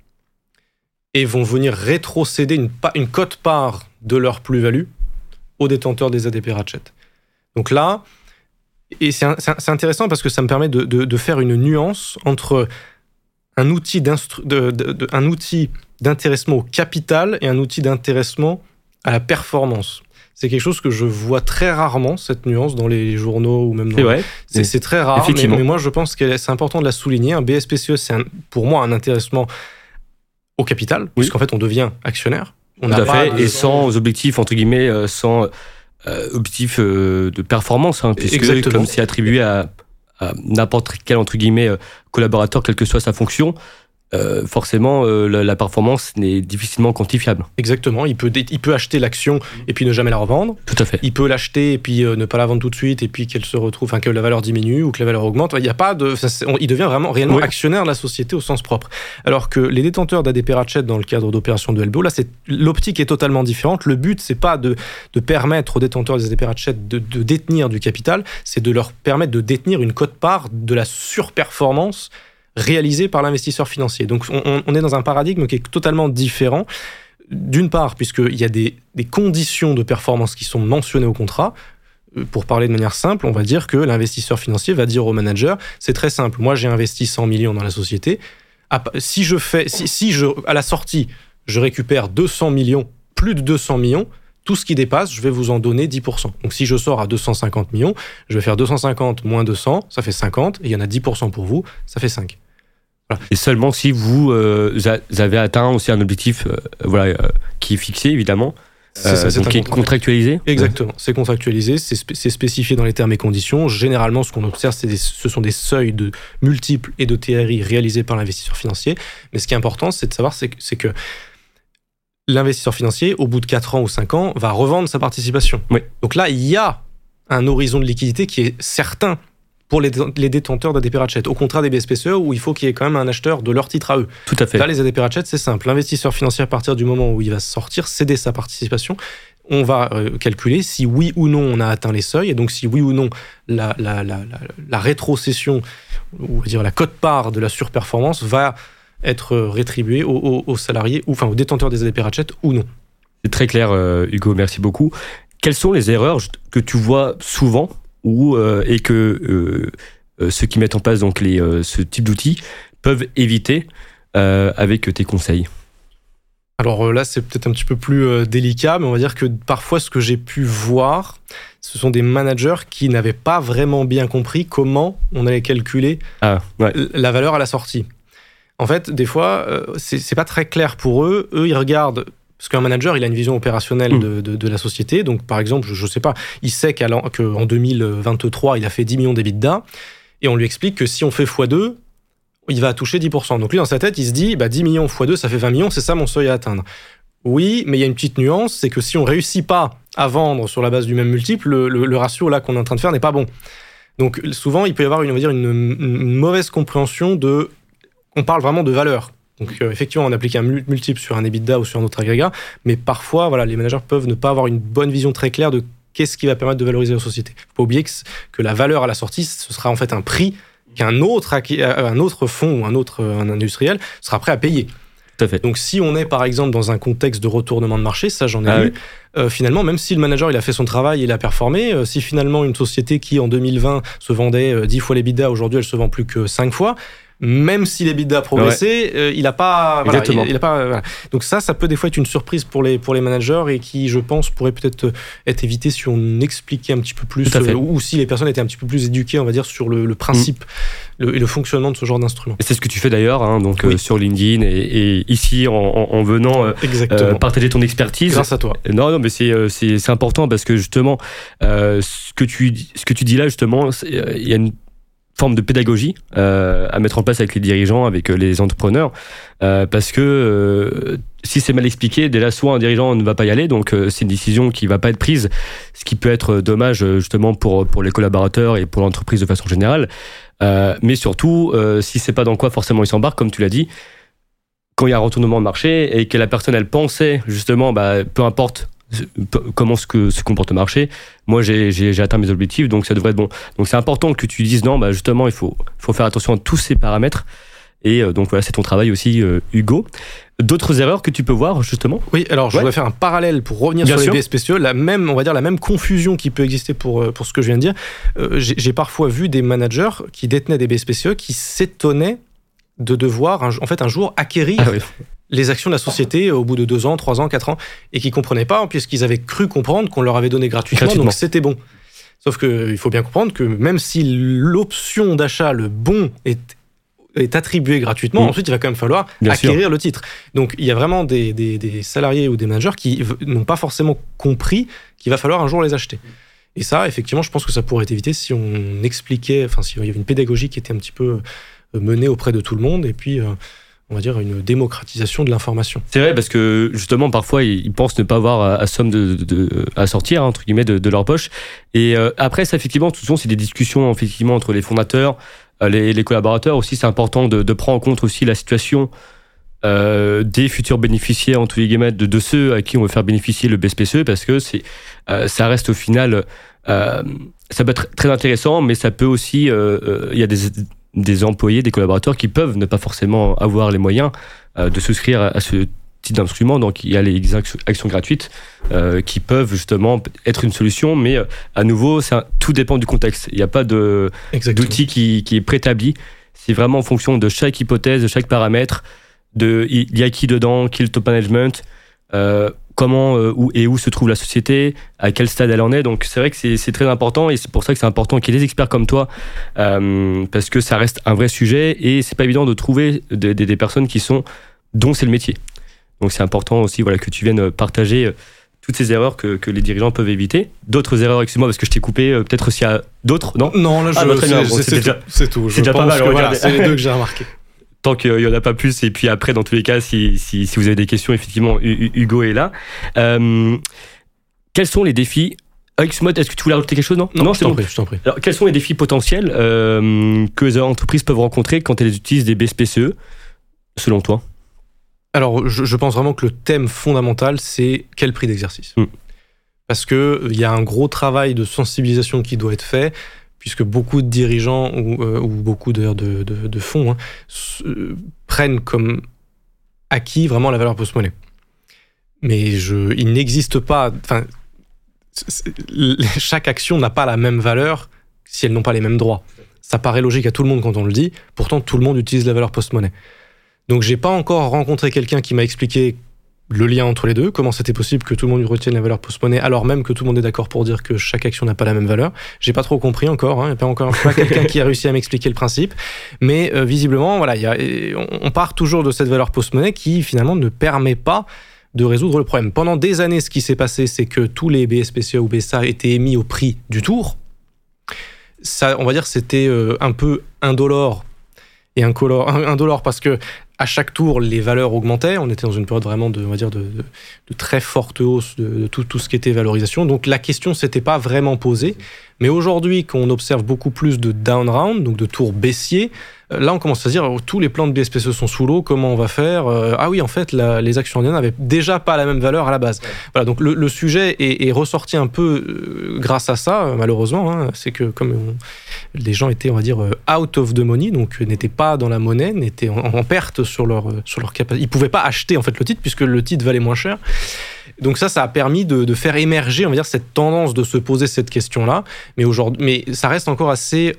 et vont venir rétrocéder une, une quote-part de leur plus-value aux détenteurs des A D P ratchet. Donc là, et c'est, un, c'est intéressant parce que ça me permet de, de, de faire une nuance entre un outil, d'instru- de, de, de, un outil d'intéressement au capital et un outil d'intéressement à la performance. C'est quelque chose que je vois très rarement, cette nuance, dans les journaux ou même dans... C'est vrai. C'est, c'est très rare, mais, mais moi je pense que c'est important de la souligner. Un B S P C E, c'est un, pour moi un intéressement au capital, oui. puisqu'en fait on devient actionnaire. On Tout à fait, de... et sans objectif, entre guillemets, sans... Euh, objectif euh, de performance, hein, puisque Exactement. Comme c'est attribué à, à n'importe quel entre guillemets collaborateur, quelle que soit sa fonction, euh, forcément euh, la, la performance n'est difficilement quantifiable. Exactement, il peut, il peut acheter l'action et puis ne jamais la revendre. Tout à fait. Il peut l'acheter et puis euh, ne pas la vendre tout de suite et puis qu'elle se retrouve, enfin que la valeur diminue ou que la valeur augmente. Il y a pas de, ça, on, il devient vraiment réellement oui. actionnaire de la société au sens propre. Alors que les détenteurs d'A D P ratchet dans le cadre d'opérations de L B O, là c'est l'optique est totalement différente. Le but c'est pas de, de permettre aux détenteurs des A D P ratchet de, de détenir du capital, c'est de leur permettre de détenir une quote-part de la surperformance réalisé par l'investisseur financier. Donc on, on est dans un paradigme qui est totalement différent. D'une part, puisqu'il y a des, des conditions de performance qui sont mentionnées au contrat. Pour parler de manière simple, on va dire que l'investisseur financier va dire au manager, c'est très simple, moi j'ai investi cent millions dans la société, si je fais, si, si je, à la sortie, je récupère deux cents millions, plus de deux cents millions, tout ce qui dépasse, je vais vous en donner dix pour cent. Donc si je sors à deux cent cinquante millions, je vais faire deux cent cinquante moins deux cents, ça fait cinquante, et il y en a dix pour cent pour vous, ça fait cinq. Voilà. Et seulement si vous, euh, avez atteint aussi un objectif euh, voilà, euh, qui est fixé, évidemment, C'est ça, euh, c'est donc qui est contractualisé. Exactement, ouais. C'est contractualisé, c'est, spé- c'est spécifié dans les termes et conditions. Généralement, ce qu'on observe, c'est des, ce sont des seuils de multiples et de T R I réalisés par l'investisseur financier. Mais ce qui est important, c'est de savoir, c'est que, c'est que l'investisseur financier, au bout de quatre ans ou cinq ans, va revendre sa participation. Oui. Donc là, il y a un horizon de liquidité qui est certain pour les, les détenteurs d'A D P Ratchet. Au contraire des B S P C E, où il faut qu'il y ait quand même un acheteur de leur titre à eux. Tout à fait. Là, les A D P Ratchet, c'est simple. L'investisseur financier, à partir du moment où il va sortir, céder sa participation, on va euh, calculer si oui ou non on a atteint les seuils, et donc si oui ou non la, la, la, la, la rétrocession, ou on va dire la quote-part de la surperformance va être rétribuée aux, aux, aux salariés, ou enfin aux détenteurs des A D P Ratchet ou non. C'est très clair, euh, Hugo, merci beaucoup. Quelles sont les erreurs que tu vois souvent ou, euh, et que euh, euh, ceux qui mettent en place donc, les, euh, ce type d'outils peuvent éviter euh, avec tes conseils? Alors là, c'est peut-être un petit peu plus euh, délicat, mais on va dire que parfois, ce que j'ai pu voir, ce sont des managers qui n'avaient pas vraiment bien compris comment on allait calculer ah, ouais. la valeur à la sortie. En fait, des fois, euh, c'est, c'est pas très clair pour eux. Eux, ils regardent... Parce qu'un manager, il a une vision opérationnelle mmh. de, de, de la société. Donc, par exemple, je ne sais pas, il sait qu'en deux mille vingt-trois, il a fait dix millions d'EBITDA, et on lui explique que si on fait fois deux, il va toucher dix pour cent. Donc lui, dans sa tête, il se dit, bah, dix millions fois deux, ça fait vingt millions, c'est ça mon seuil à atteindre. Oui, mais il y a une petite nuance, c'est que si on ne réussit pas à vendre sur la base du même multiple, le, le, le ratio là qu'on est en train de faire n'est pas bon. Donc souvent, il peut y avoir une, on va dire, une, une mauvaise compréhension de... On parle vraiment de valeur. Donc euh, effectivement, on applique un multiple sur un EBITDA ou sur un autre agrégat, mais parfois, voilà, les managers peuvent ne pas avoir une bonne vision très claire de qu'est-ce qui va permettre de valoriser la société. Il ne faut pas oublier que, que la valeur à la sortie, ce sera en fait un prix qu'un autre, un autre fonds ou un autre un industriel sera prêt à payer. Tout à fait. Donc si on est par exemple dans un contexte de retournement de marché, ça j'en ai ah, vu, oui. euh, finalement même si le manager il a fait son travail, il a performé, euh, si finalement une société qui en deux mille vingt se vendait euh, dix fois l'EBITDA, aujourd'hui elle se vend plus que cinq fois, même si l'EBITDA a progressé, ouais. euh, il a pas, voilà, il, il a pas, voilà. Donc ça, ça peut des fois être une surprise pour les pour les managers et qui, je pense, pourrait peut-être être évité si on expliquait un petit peu plus euh, ou si les personnes étaient un petit peu plus éduquées, on va dire, sur le, le principe mmh. le, et le fonctionnement de ce genre d'instrument. Et c'est ce que tu fais d'ailleurs, hein, donc oui. euh, sur LinkedIn et, et ici en, en, en venant euh, euh, partager ton expertise. Grâce à toi. Non, non, mais c'est euh, c'est, c'est important parce que justement, euh, ce que tu ce que tu dis là justement, il euh, y a une forme de pédagogie euh, à mettre en place avec les dirigeants, avec euh, les entrepreneurs, euh, parce que euh, si c'est mal expliqué, déjà soit un dirigeant ne va pas y aller, donc euh, c'est une décision qui va pas être prise, ce qui peut être dommage justement pour pour les collaborateurs et pour l'entreprise de façon générale. Euh, mais surtout, euh, si c'est pas dans quoi forcément ils s'embarquent, comme tu l'as dit, quand il y a un retournement de marché et que la personne elle pensait justement, bah, peu importe comment se, que, se comporte le marché, moi j'ai, j'ai, j'ai atteint mes objectifs, donc ça devrait être bon. Donc c'est important que tu dises non, bah justement il faut, faut faire attention à tous ces paramètres, et euh, donc voilà, c'est ton travail aussi, euh, Hugo. D'autres erreurs que tu peux voir justement? Oui, alors je ouais. voudrais faire un parallèle pour revenir Bien sur sûr. les B S P C E, la même, on va dire la même confusion qui peut exister pour, pour ce que je viens de dire. Euh, j'ai, j'ai parfois vu des managers qui détenaient des B S P C E qui s'étonnaient de devoir un, en fait un jour acquérir ah oui. les actions de la société au bout de deux ans, trois ans, quatre ans, et qui ne comprenaient pas, puisqu'ils avaient cru comprendre qu'on leur avait donné gratuitement, gratuitement. Donc c'était bon. Sauf qu'il faut bien comprendre que même si l'option d'achat, le bon, est, est attribué gratuitement, mmh. ensuite il va quand même falloir bien acquérir sûr. le titre. Donc il y a vraiment des, des, des salariés ou des managers qui n'ont pas forcément compris qu'il va falloir un jour les acheter. Et ça, effectivement, je pense que ça pourrait être évité si on expliquait, enfin s'il y avait une pédagogie qui était un petit peu menée auprès de tout le monde, et puis... Euh, on va dire une démocratisation de l'information. C'est vrai, parce que justement parfois ils pensent ne pas avoir à, à somme de, de, de à sortir entre guillemets de, de leur poche, et euh, après ça effectivement tout souvent c'est des discussions effectivement entre les fondateurs, euh, les, les collaborateurs aussi. C'est important de, de prendre en compte aussi la situation euh, des futurs bénéficiaires entre guillemets de, de ceux à qui on veut faire bénéficier le B S P C E, parce que c'est euh, ça reste au final euh, ça peut être très intéressant, mais ça peut aussi il euh, euh, y a des des employés, des collaborateurs qui peuvent ne pas forcément avoir les moyens euh, de souscrire à ce types d'instruments. Donc, il y a les actions gratuites euh, qui peuvent justement être une solution, mais euh, à nouveau, ça, tout dépend du contexte. Il n'y a pas de, d'outil qui, qui est préétabli. C'est vraiment en fonction de chaque hypothèse, de chaque paramètre, de il y a qui dedans, qui est le top management, euh, comment euh, où, et où se trouve la société, à quel stade elle en est. Donc c'est vrai que c'est, c'est très important et c'est pour ça que c'est important qu'il y ait des experts comme toi euh, parce que ça reste un vrai sujet et c'est pas évident de trouver des, des, des personnes qui sont dont c'est le métier. Donc c'est important aussi voilà, que tu viennes partager toutes ces erreurs que, que les dirigeants peuvent éviter. D'autres erreurs, excuse-moi parce que je t'ai coupé, euh, peut-être s'il y a d'autres, non Non, là je, ah, bah, très bien. c'est, Bon, c'est, c'est, c'est, déjà, tout, c'est tout. Je c'est déjà pas mal. Que, voilà, c'est les deux que j'ai remarqué. Tant qu'il n'y en a pas plus, et puis après, dans tous les cas, si, si, si vous avez des questions, effectivement, Hugo est là. Euh, quels sont les défis Excuse-moi, est-ce que tu voulais rajouter quelque chose, non Non, non je, t'en bon. prie, je t'en prie. Alors, quels sont les défis potentiels euh, que les entreprises peuvent rencontrer quand elles utilisent des B S P C E, selon toi ? Alors, je, je pense vraiment que le thème fondamental, c'est quel prix d'exercice. Mm. Parce qu'il y a un gros travail de sensibilisation qui doit être fait, puisque beaucoup de dirigeants ou, euh, ou beaucoup de, de, de, de fonds hein, se, euh, prennent comme acquis vraiment la valeur post-monnaie. Mais je, il n'existe pas... Enfin, chaque action n'a pas la même valeur si elles n'ont pas les mêmes droits. Ça paraît logique à tout le monde quand on le dit, pourtant tout le monde utilise la valeur post-monnaie. Donc j'ai pas encore rencontré quelqu'un qui m'a expliqué le lien entre les deux, comment c'était possible que tout le monde retienne la valeur post-monnaie alors même que tout le monde est d'accord pour dire que chaque action n'a pas la même valeur. J'ai pas trop compris encore, hein. Il n'y a pas encore pas quelqu'un qui a réussi à m'expliquer le principe, mais euh, visiblement, voilà, y a, on part toujours de cette valeur post-monnaie qui finalement ne permet pas de résoudre le problème. Pendant des années, ce qui s'est passé, c'est que tous les B S P C E ou B S A étaient émis au prix du tour. Ça, on va dire, c'était euh, un peu indolore et incolore, indolore parce que à chaque tour, les valeurs augmentaient. On était dans une période vraiment de, on va dire, de, de, de très forte hausse de, de tout, tout ce qui était valorisation. Donc la question ne s'était pas vraiment posée. Mais aujourd'hui, qu'on observe beaucoup plus de down round, donc de tours baissiers, là on commence à se dire tous les plans de B S P C E sont sous l'eau, comment on va faire ? Ah oui, en fait, la, les actions indiennes n'avaient déjà pas la même valeur à la base. Ouais. Voilà, donc le, le sujet est, est ressorti un peu euh, grâce à ça, malheureusement. Hein, c'est que comme on, les gens étaient, on va dire, out of the money, donc n'étaient pas dans la monnaie, n'étaient en, en perte sur leur, sur leur capacité. Ils ne pouvaient pas acheter en fait le titre puisque le titre valait moins cher. Donc ça, ça a permis de, de faire émerger, on va dire, cette tendance de se poser cette question-là. Mais aujourd'hui, mais ça reste encore assez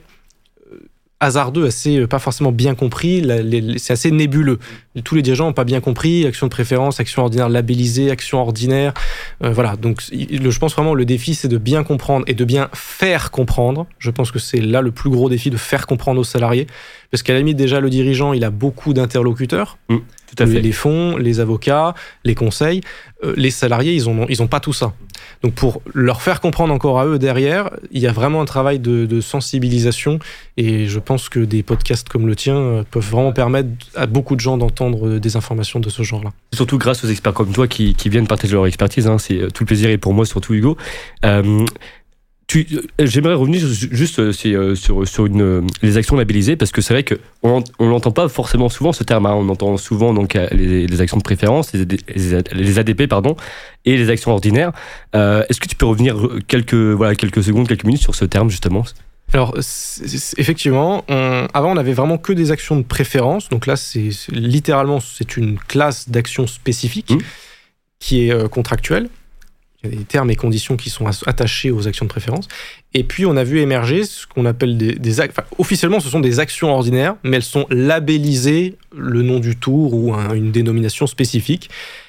hasardeux, assez pas forcément bien compris. La, les, c'est assez nébuleux. Tous les dirigeants n'ont pas bien compris. Action de préférence, action ordinaire labellisée, action ordinaire. Euh, voilà. Donc, le, je pense vraiment le défi, c'est de bien comprendre et de bien faire comprendre. Je pense que c'est là le plus gros défi, de faire comprendre aux salariés. Parce qu'à la limite, déjà, le dirigeant, il a beaucoup d'interlocuteurs. Mmh, tout à fait. Les fonds, les avocats, les conseils. Euh, les salariés, ils n'ont ils ont pas tout ça. Donc, pour leur faire comprendre encore à eux derrière, il y a vraiment un travail de, de sensibilisation. Et je pense que des podcasts comme le tien peuvent vraiment permettre à beaucoup de gens d'entendre des informations de ce genre-là. Surtout grâce aux experts comme toi qui, qui viennent partager leur expertise. Hein. C'est tout le plaisir et pour moi, surtout Hugo. Euh, Tu, j'aimerais revenir juste c'est, sur, sur une, les actions labellisées parce que c'est vrai qu'on on n'entend pas forcément souvent ce terme. Hein. On entend souvent donc, les, les actions de préférence, les, les A D P pardon, et les actions ordinaires. Euh, est-ce que tu peux revenir quelques, voilà, quelques secondes, quelques minutes sur ce terme justement ? Alors, c'est, c'est, effectivement, on, avant on avait vraiment que des actions de préférence. Donc là, c'est, c'est, littéralement, c'est une classe d'actions spécifiques mmh. qui est euh, contractuelle. Il y a des termes et conditions qui sont attachés aux actions de préférence. Et puis, on a vu émerger ce qu'on appelle des, des actes... Enfin, officiellement, ce sont des actions ordinaires, mais elles sont labellisées le nom du tour ou un, une dénomination spécifique.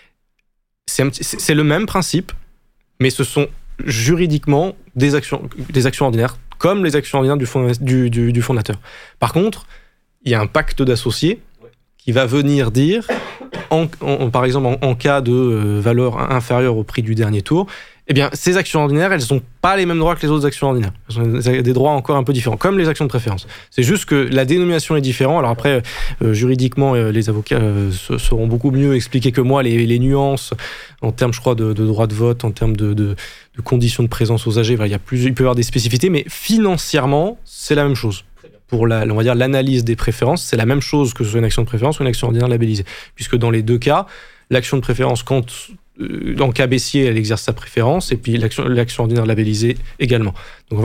C'est, un petit, c'est, c'est le même principe, mais ce sont juridiquement des actions, des actions ordinaires, comme les actions ordinaires du, fond, du, du, du fondateur. Par contre, il y a un pacte d'associés qui va venir dire... En, en, par exemple, en, en cas de euh, valeur inférieure au prix du dernier tour, eh bien, ces actions ordinaires, elles n'ont pas les mêmes droits que les autres actions ordinaires. Elles ont des droits encore un peu différents, comme les actions de préférence. C'est juste que la dénomination est différente. Alors après, euh, juridiquement, euh, les avocats euh, sauront beaucoup mieux expliquer que moi les, les nuances en termes, je crois, de, de droit de vote, en termes de, de, de conditions de présence aux A G. Voilà, il y a plus, il peut y avoir des spécificités, mais financièrement, c'est la même chose. Pour la, on va dire, l'analyse des préférences, c'est la même chose que ce soit une action de préférence ou une action ordinaire labellisée. Puisque dans les deux cas, l'action de préférence, quand, euh, en cas baissier, elle exerce sa préférence, et puis l'action, l'action ordinaire labellisée également. Donc en fait,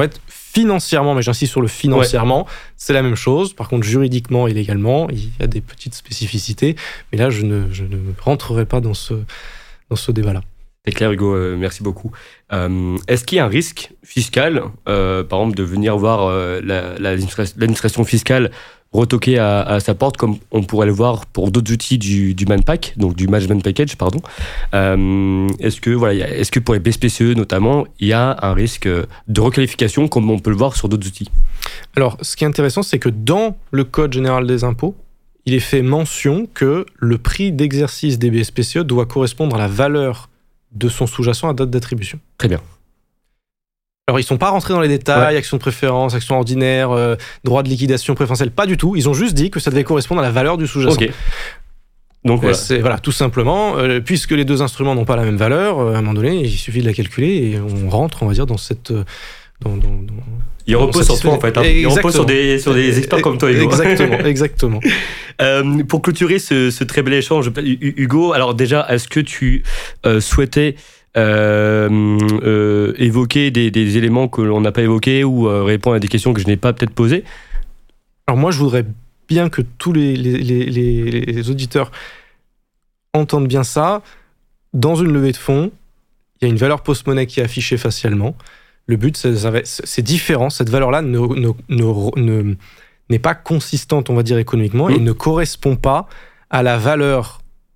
financièrement, mais j'insiste sur le financièrement, ouais. c'est la même chose. Par contre, juridiquement et légalement, il y a des petites spécificités. Mais là, je ne, je ne rentrerai pas dans ce, dans ce débat-là. C'est clair, Hugo, euh, merci beaucoup. Euh, est-ce qu'il y a un risque fiscal, euh, par exemple, de venir voir euh, la, la, l'administration fiscale retoquer à, à sa porte, comme on pourrait le voir pour d'autres outils du, du ManPack, donc du Management Package, pardon. Euh, est-ce que voilà, est-ce que pour les B S P C E notamment, il y a un risque de requalification, comme on peut le voir sur d'autres outils? Alors, ce qui est intéressant, c'est que dans le Code général des impôts, il est fait mention que le prix d'exercice des B S P C E doit correspondre à la valeur de son sous-jacent à date d'attribution. Très bien. Alors, ils ne sont pas rentrés dans les détails, ouais. action de préférence, action ordinaire, euh, droit de liquidation préférentielle, pas du tout. Ils ont juste dit que ça devait correspondre à la valeur du sous-jacent. Okay. Donc, voilà. C'est, voilà, tout simplement, euh, puisque les deux instruments n'ont pas la même valeur, euh, à un moment donné, il suffit de la calculer et on rentre, on va dire, dans cette... Euh, dans, dans, dans, il repose sur toi, en fait. Hein. Il repose sur des, sur des experts comme toi, Hugo. Exactement, exactement. euh, pour clôturer ce, ce très bel échange, Hugo, alors déjà, est-ce que tu euh, souhaitais Euh, euh, évoquer des, des éléments que l'on n'a pas évoqués ou euh, répondre à des questions que je n'ai pas peut-être posées? Alors moi, je voudrais bien que tous les, les, les, les, les auditeurs entendent bien ça. Dans une levée de fonds, il y a une valeur post-monnaie qui est affichée facialement. Le but, c'est, c'est différent. Cette valeur-là ne, ne, ne, ne, n'est pas consistante, on va dire, économiquement, mmh. et ne correspond pas à la valeur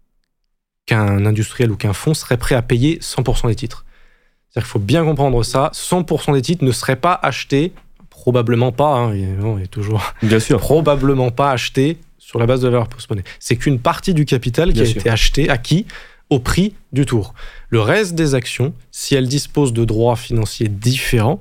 qu'un industriel ou qu'un fonds serait prêt à payer cent pour cent des titres. C'est-à-dire qu'il faut bien comprendre ça. cent pour cent des titres ne seraient pas achetés, probablement pas, hein, il est toujours bien sûr. probablement pas achetés sur la base de la valeur post-monnaie. C'est qu'une partie du capital qui bien a sûr. été achetée, acquis, au prix du tour. Le reste des actions, si elles disposent de droits financiers différents,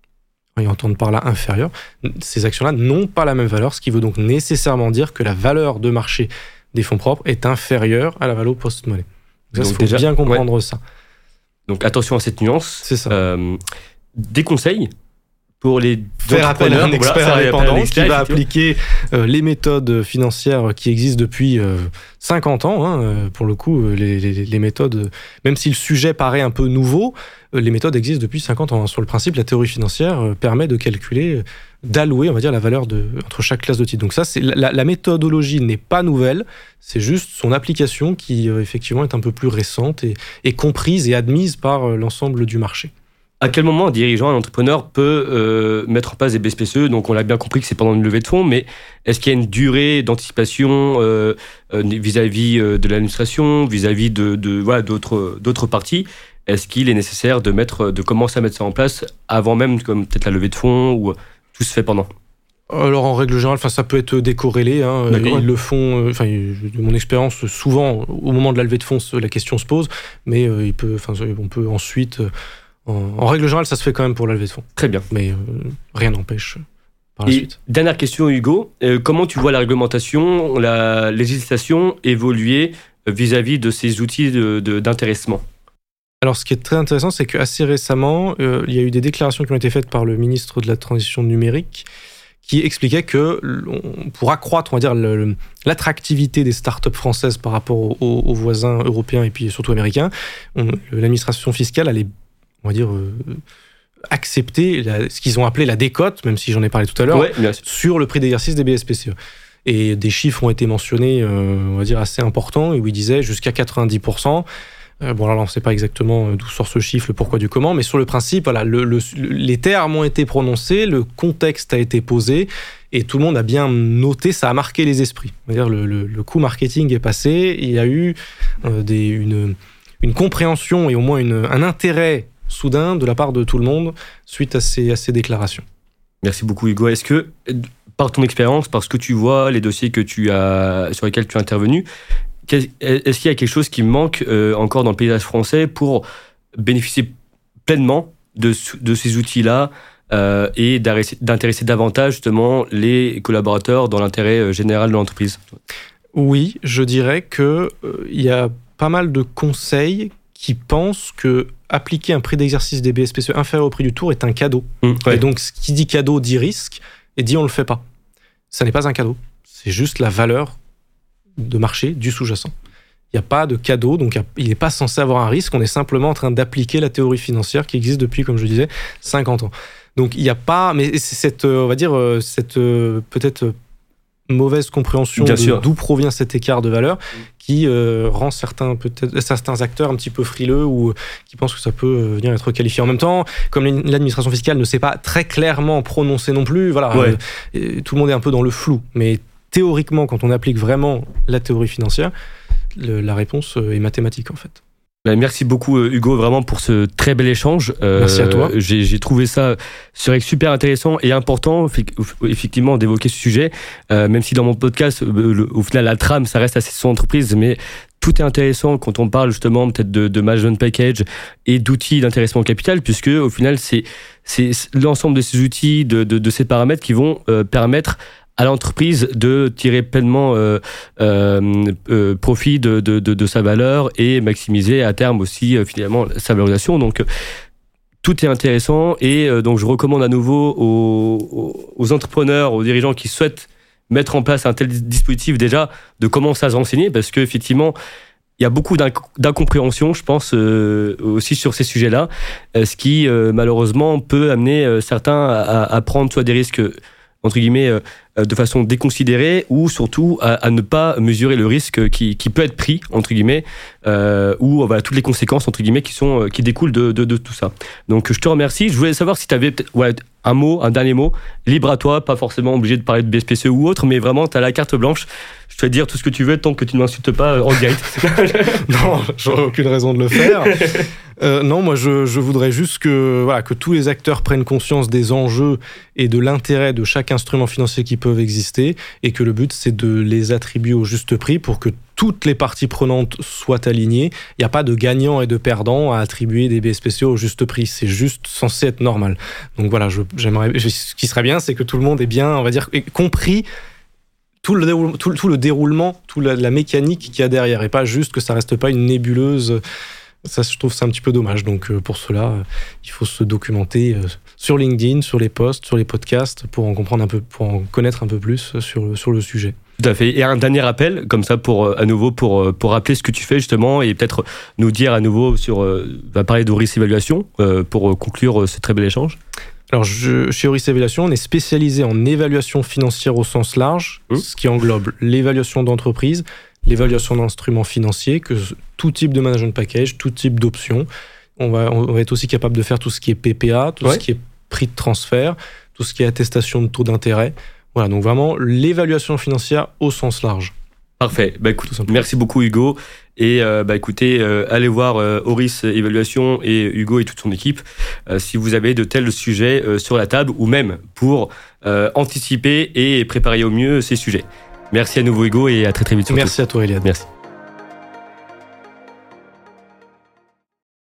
et entendre par là inférieurs, ces actions-là n'ont pas la même valeur, ce qui veut donc nécessairement dire que la valeur de marché des fonds propres est inférieure à la valeur post-monnaie. Donc, il faut déjà, bien comprendre ouais. ça. Donc attention à cette nuance. C'est ça. Euh, des conseils pour les faire appel à un expert voilà, indépendant qui va appliquer euh, les méthodes financières qui existent depuis euh, cinquante ans. Hein, pour le coup, les, les, les méthodes, même si le sujet paraît un peu nouveau, les méthodes existent depuis cinquante ans. Sur le principe, la théorie financière permet de calculer, d'allouer, on va dire, la valeur de, entre chaque classe de titres. Donc ça, c'est, la, la méthodologie n'est pas nouvelle, c'est juste son application qui, euh, effectivement, est un peu plus récente et, et comprise et admise par euh, l'ensemble du marché. À quel moment un dirigeant, un entrepreneur peut euh, mettre en place des B S P C E? Donc on l'a bien compris que c'est pendant une levée de fonds, mais est-ce qu'il y a une durée d'anticipation euh, euh, vis-à-vis de l'administration, vis-à-vis de, de, voilà, d'autres, d'autres parties? Est-ce qu'il est nécessaire de, mettre, de commencer à mettre ça en place avant même, comme peut-être la levée de fonds, ou tout se fait pendant? Alors en règle générale, ça peut être décorrélé. Hein. Ils le font, enfin, de mon expérience, souvent au moment de la levée de fonds, la question se pose, mais il peut, on peut ensuite... En règle générale, ça se fait quand même pour la levée de fonds. Très bien. Mais euh, rien n'empêche par la Et suite. Dernière question, Hugo. Euh, comment tu vois la réglementation, la législation évoluer vis-à-vis de ces outils de, de, d'intéressement? Alors, ce qui est très intéressant, c'est qu'assez récemment, euh, il y a eu des déclarations qui ont été faites par le ministre de la Transition numérique qui expliquait que pour accroître, on va dire, le, l'attractivité des startups françaises par rapport aux, aux voisins européens et puis surtout américains, on, l'administration fiscale allait, on va dire, euh, accepter la, ce qu'ils ont appelé la décote, même si j'en ai parlé tout à l'heure, ouais, sur le prix d'exercice des B S P C E. Et des chiffres ont été mentionnés, euh, on va dire, assez importants, où ils disaient jusqu'à quatre-vingt-dix pour cent. Euh, bon, alors on ne sait pas exactement d'où sort ce chiffre, le pourquoi du comment, mais sur le principe, voilà, le, le, les termes ont été prononcés, le contexte a été posé, et tout le monde a bien noté, ça a marqué les esprits. C'est-à-dire le, le, le coup marketing est passé, il y a eu euh, des, une, une compréhension et au moins une, un intérêt soudain de la part de tout le monde suite à ces, à ces déclarations. Merci beaucoup, Hugo. Est-ce que, par ton expérience, parce que tu vois les dossiers que tu as, sur lesquels tu es intervenu, est-ce qu'il y a quelque chose qui manque euh, encore dans le paysage français pour bénéficier pleinement de, de ces outils-là euh, et d'intéresser davantage justement les collaborateurs dans l'intérêt général de l'entreprise? Oui, je dirais qu'il euh, y a pas mal de conseils qui pensent que appliquer un prix d'exercice des B S P C E inférieur au prix du tour est un cadeau. Mmh, ouais. Et donc, ce qui dit cadeau dit risque, et dit on le fait pas. Ça n'est pas un cadeau, c'est juste la valeur de marché du sous-jacent. Il n'y a pas de cadeau, donc il n'est pas censé avoir un risque, on est simplement en train d'appliquer la théorie financière qui existe depuis, comme je disais, cinquante ans. Donc il n'y a pas, mais c'est cette, on va dire, cette peut-être mauvaise compréhension Bien de sûr. d'où provient cet écart de valeur qui euh, rend certains peut-être certains acteurs un petit peu frileux ou qui pensent que ça peut venir être qualifié. En même temps, comme l'administration fiscale ne s'est pas très clairement prononcée non plus, voilà, Ouais. euh, tout le monde est un peu dans le flou. Mais théoriquement, quand on applique vraiment la théorie financière, le, la réponse est mathématique en fait. Merci beaucoup Hugo vraiment pour ce très bel échange. Euh, Merci à toi. J'ai, j'ai trouvé ça serait super intéressant et important effectivement d'évoquer ce sujet, euh, même si dans mon podcast, le, au final la trame ça reste assez son entreprise, mais tout est intéressant quand on parle justement peut-être de, de management package et d'outils d'intéressement capital, puisque au final c'est, c'est l'ensemble de ces outils, de, de, de ces paramètres qui vont euh, permettre à l'entreprise de tirer pleinement euh, euh, euh, profit de, de, de, de sa valeur et maximiser à terme aussi euh, finalement sa valorisation. Donc tout est intéressant et euh, donc je recommande à nouveau aux, aux entrepreneurs, aux dirigeants qui souhaitent mettre en place un tel dispositif déjà de commencer à se renseigner, parce qu'effectivement il y a beaucoup d'incompréhension, je pense, euh, aussi sur ces sujets-là, euh, ce qui euh, malheureusement peut amener euh, certains à, à prendre soit des risques entre guillemets, euh, de façon déconsidérée, ou surtout à, à ne pas mesurer le risque qui, qui peut être pris, entre guillemets, euh, ou bah, toutes les conséquences, entre guillemets, qui, sont, qui découlent de, de, de tout ça. Donc je te remercie. Je voulais savoir si tu avais peut-être ouais, un mot, un dernier mot, libre à toi, pas forcément obligé de parler de B S P C E ou autre, mais vraiment, tu as la carte blanche. Je te vais dire tout ce que tu veux tant que tu ne m'insultes pas en direct. Non, j'aurais aucune raison de le faire. Euh, non, moi je, je voudrais juste que, voilà, que tous les acteurs prennent conscience des enjeux et de l'intérêt de chaque instrument financier qui peuvent exister, et que le but c'est de les attribuer au juste prix pour que toutes les parties prenantes soient alignées. Il n'y a pas de gagnants et de perdants à attribuer des B S P C E au juste prix, c'est juste censé être normal. Donc voilà, je, j'aimerais, ce qui serait bien, c'est que tout le monde ait bien, on va dire, compris tout le, déroule, tout, tout le déroulement, toute la, la mécanique qu'il y a derrière, et pas juste que ça reste pas une nébuleuse. Ça, je trouve ça un petit peu dommage. Donc, euh, pour cela, euh, il faut se documenter euh, sur LinkedIn, sur les posts, sur les podcasts, pour en comprendre un peu, pour en connaître un peu plus sur, sur le sujet. Tout à fait. Et un dernier appel, comme ça, pour, à nouveau, pour, pour rappeler ce que tu fais, justement, et peut-être nous dire à nouveau sur, euh, va parler d'Auris Évaluation, euh, pour conclure ce très bel échange. Alors, je, chez Auris Évaluation, on est spécialisé en évaluation financière au sens large, mmh. ce qui englobe l'évaluation d'entreprise, l'évaluation d'instruments financiers, que tout type de management package, tout type d'options. On va, on va être aussi capable de faire tout ce qui est P P A, tout ouais. ce qui est prix de transfert, tout ce qui est attestation de taux d'intérêt. Voilà, donc vraiment l'évaluation financière au sens large. Parfait. Bah, écoute, merci beaucoup Hugo. Et euh, bah, écoutez, euh, allez voir euh, Auris Évaluation et Hugo et toute son équipe euh, si vous avez de tels sujets euh, sur la table, ou même pour euh, anticiper et préparer au mieux ces sujets. Merci à nouveau Hugo et à très très vite. Surtout. Merci à toi Eliade. Merci.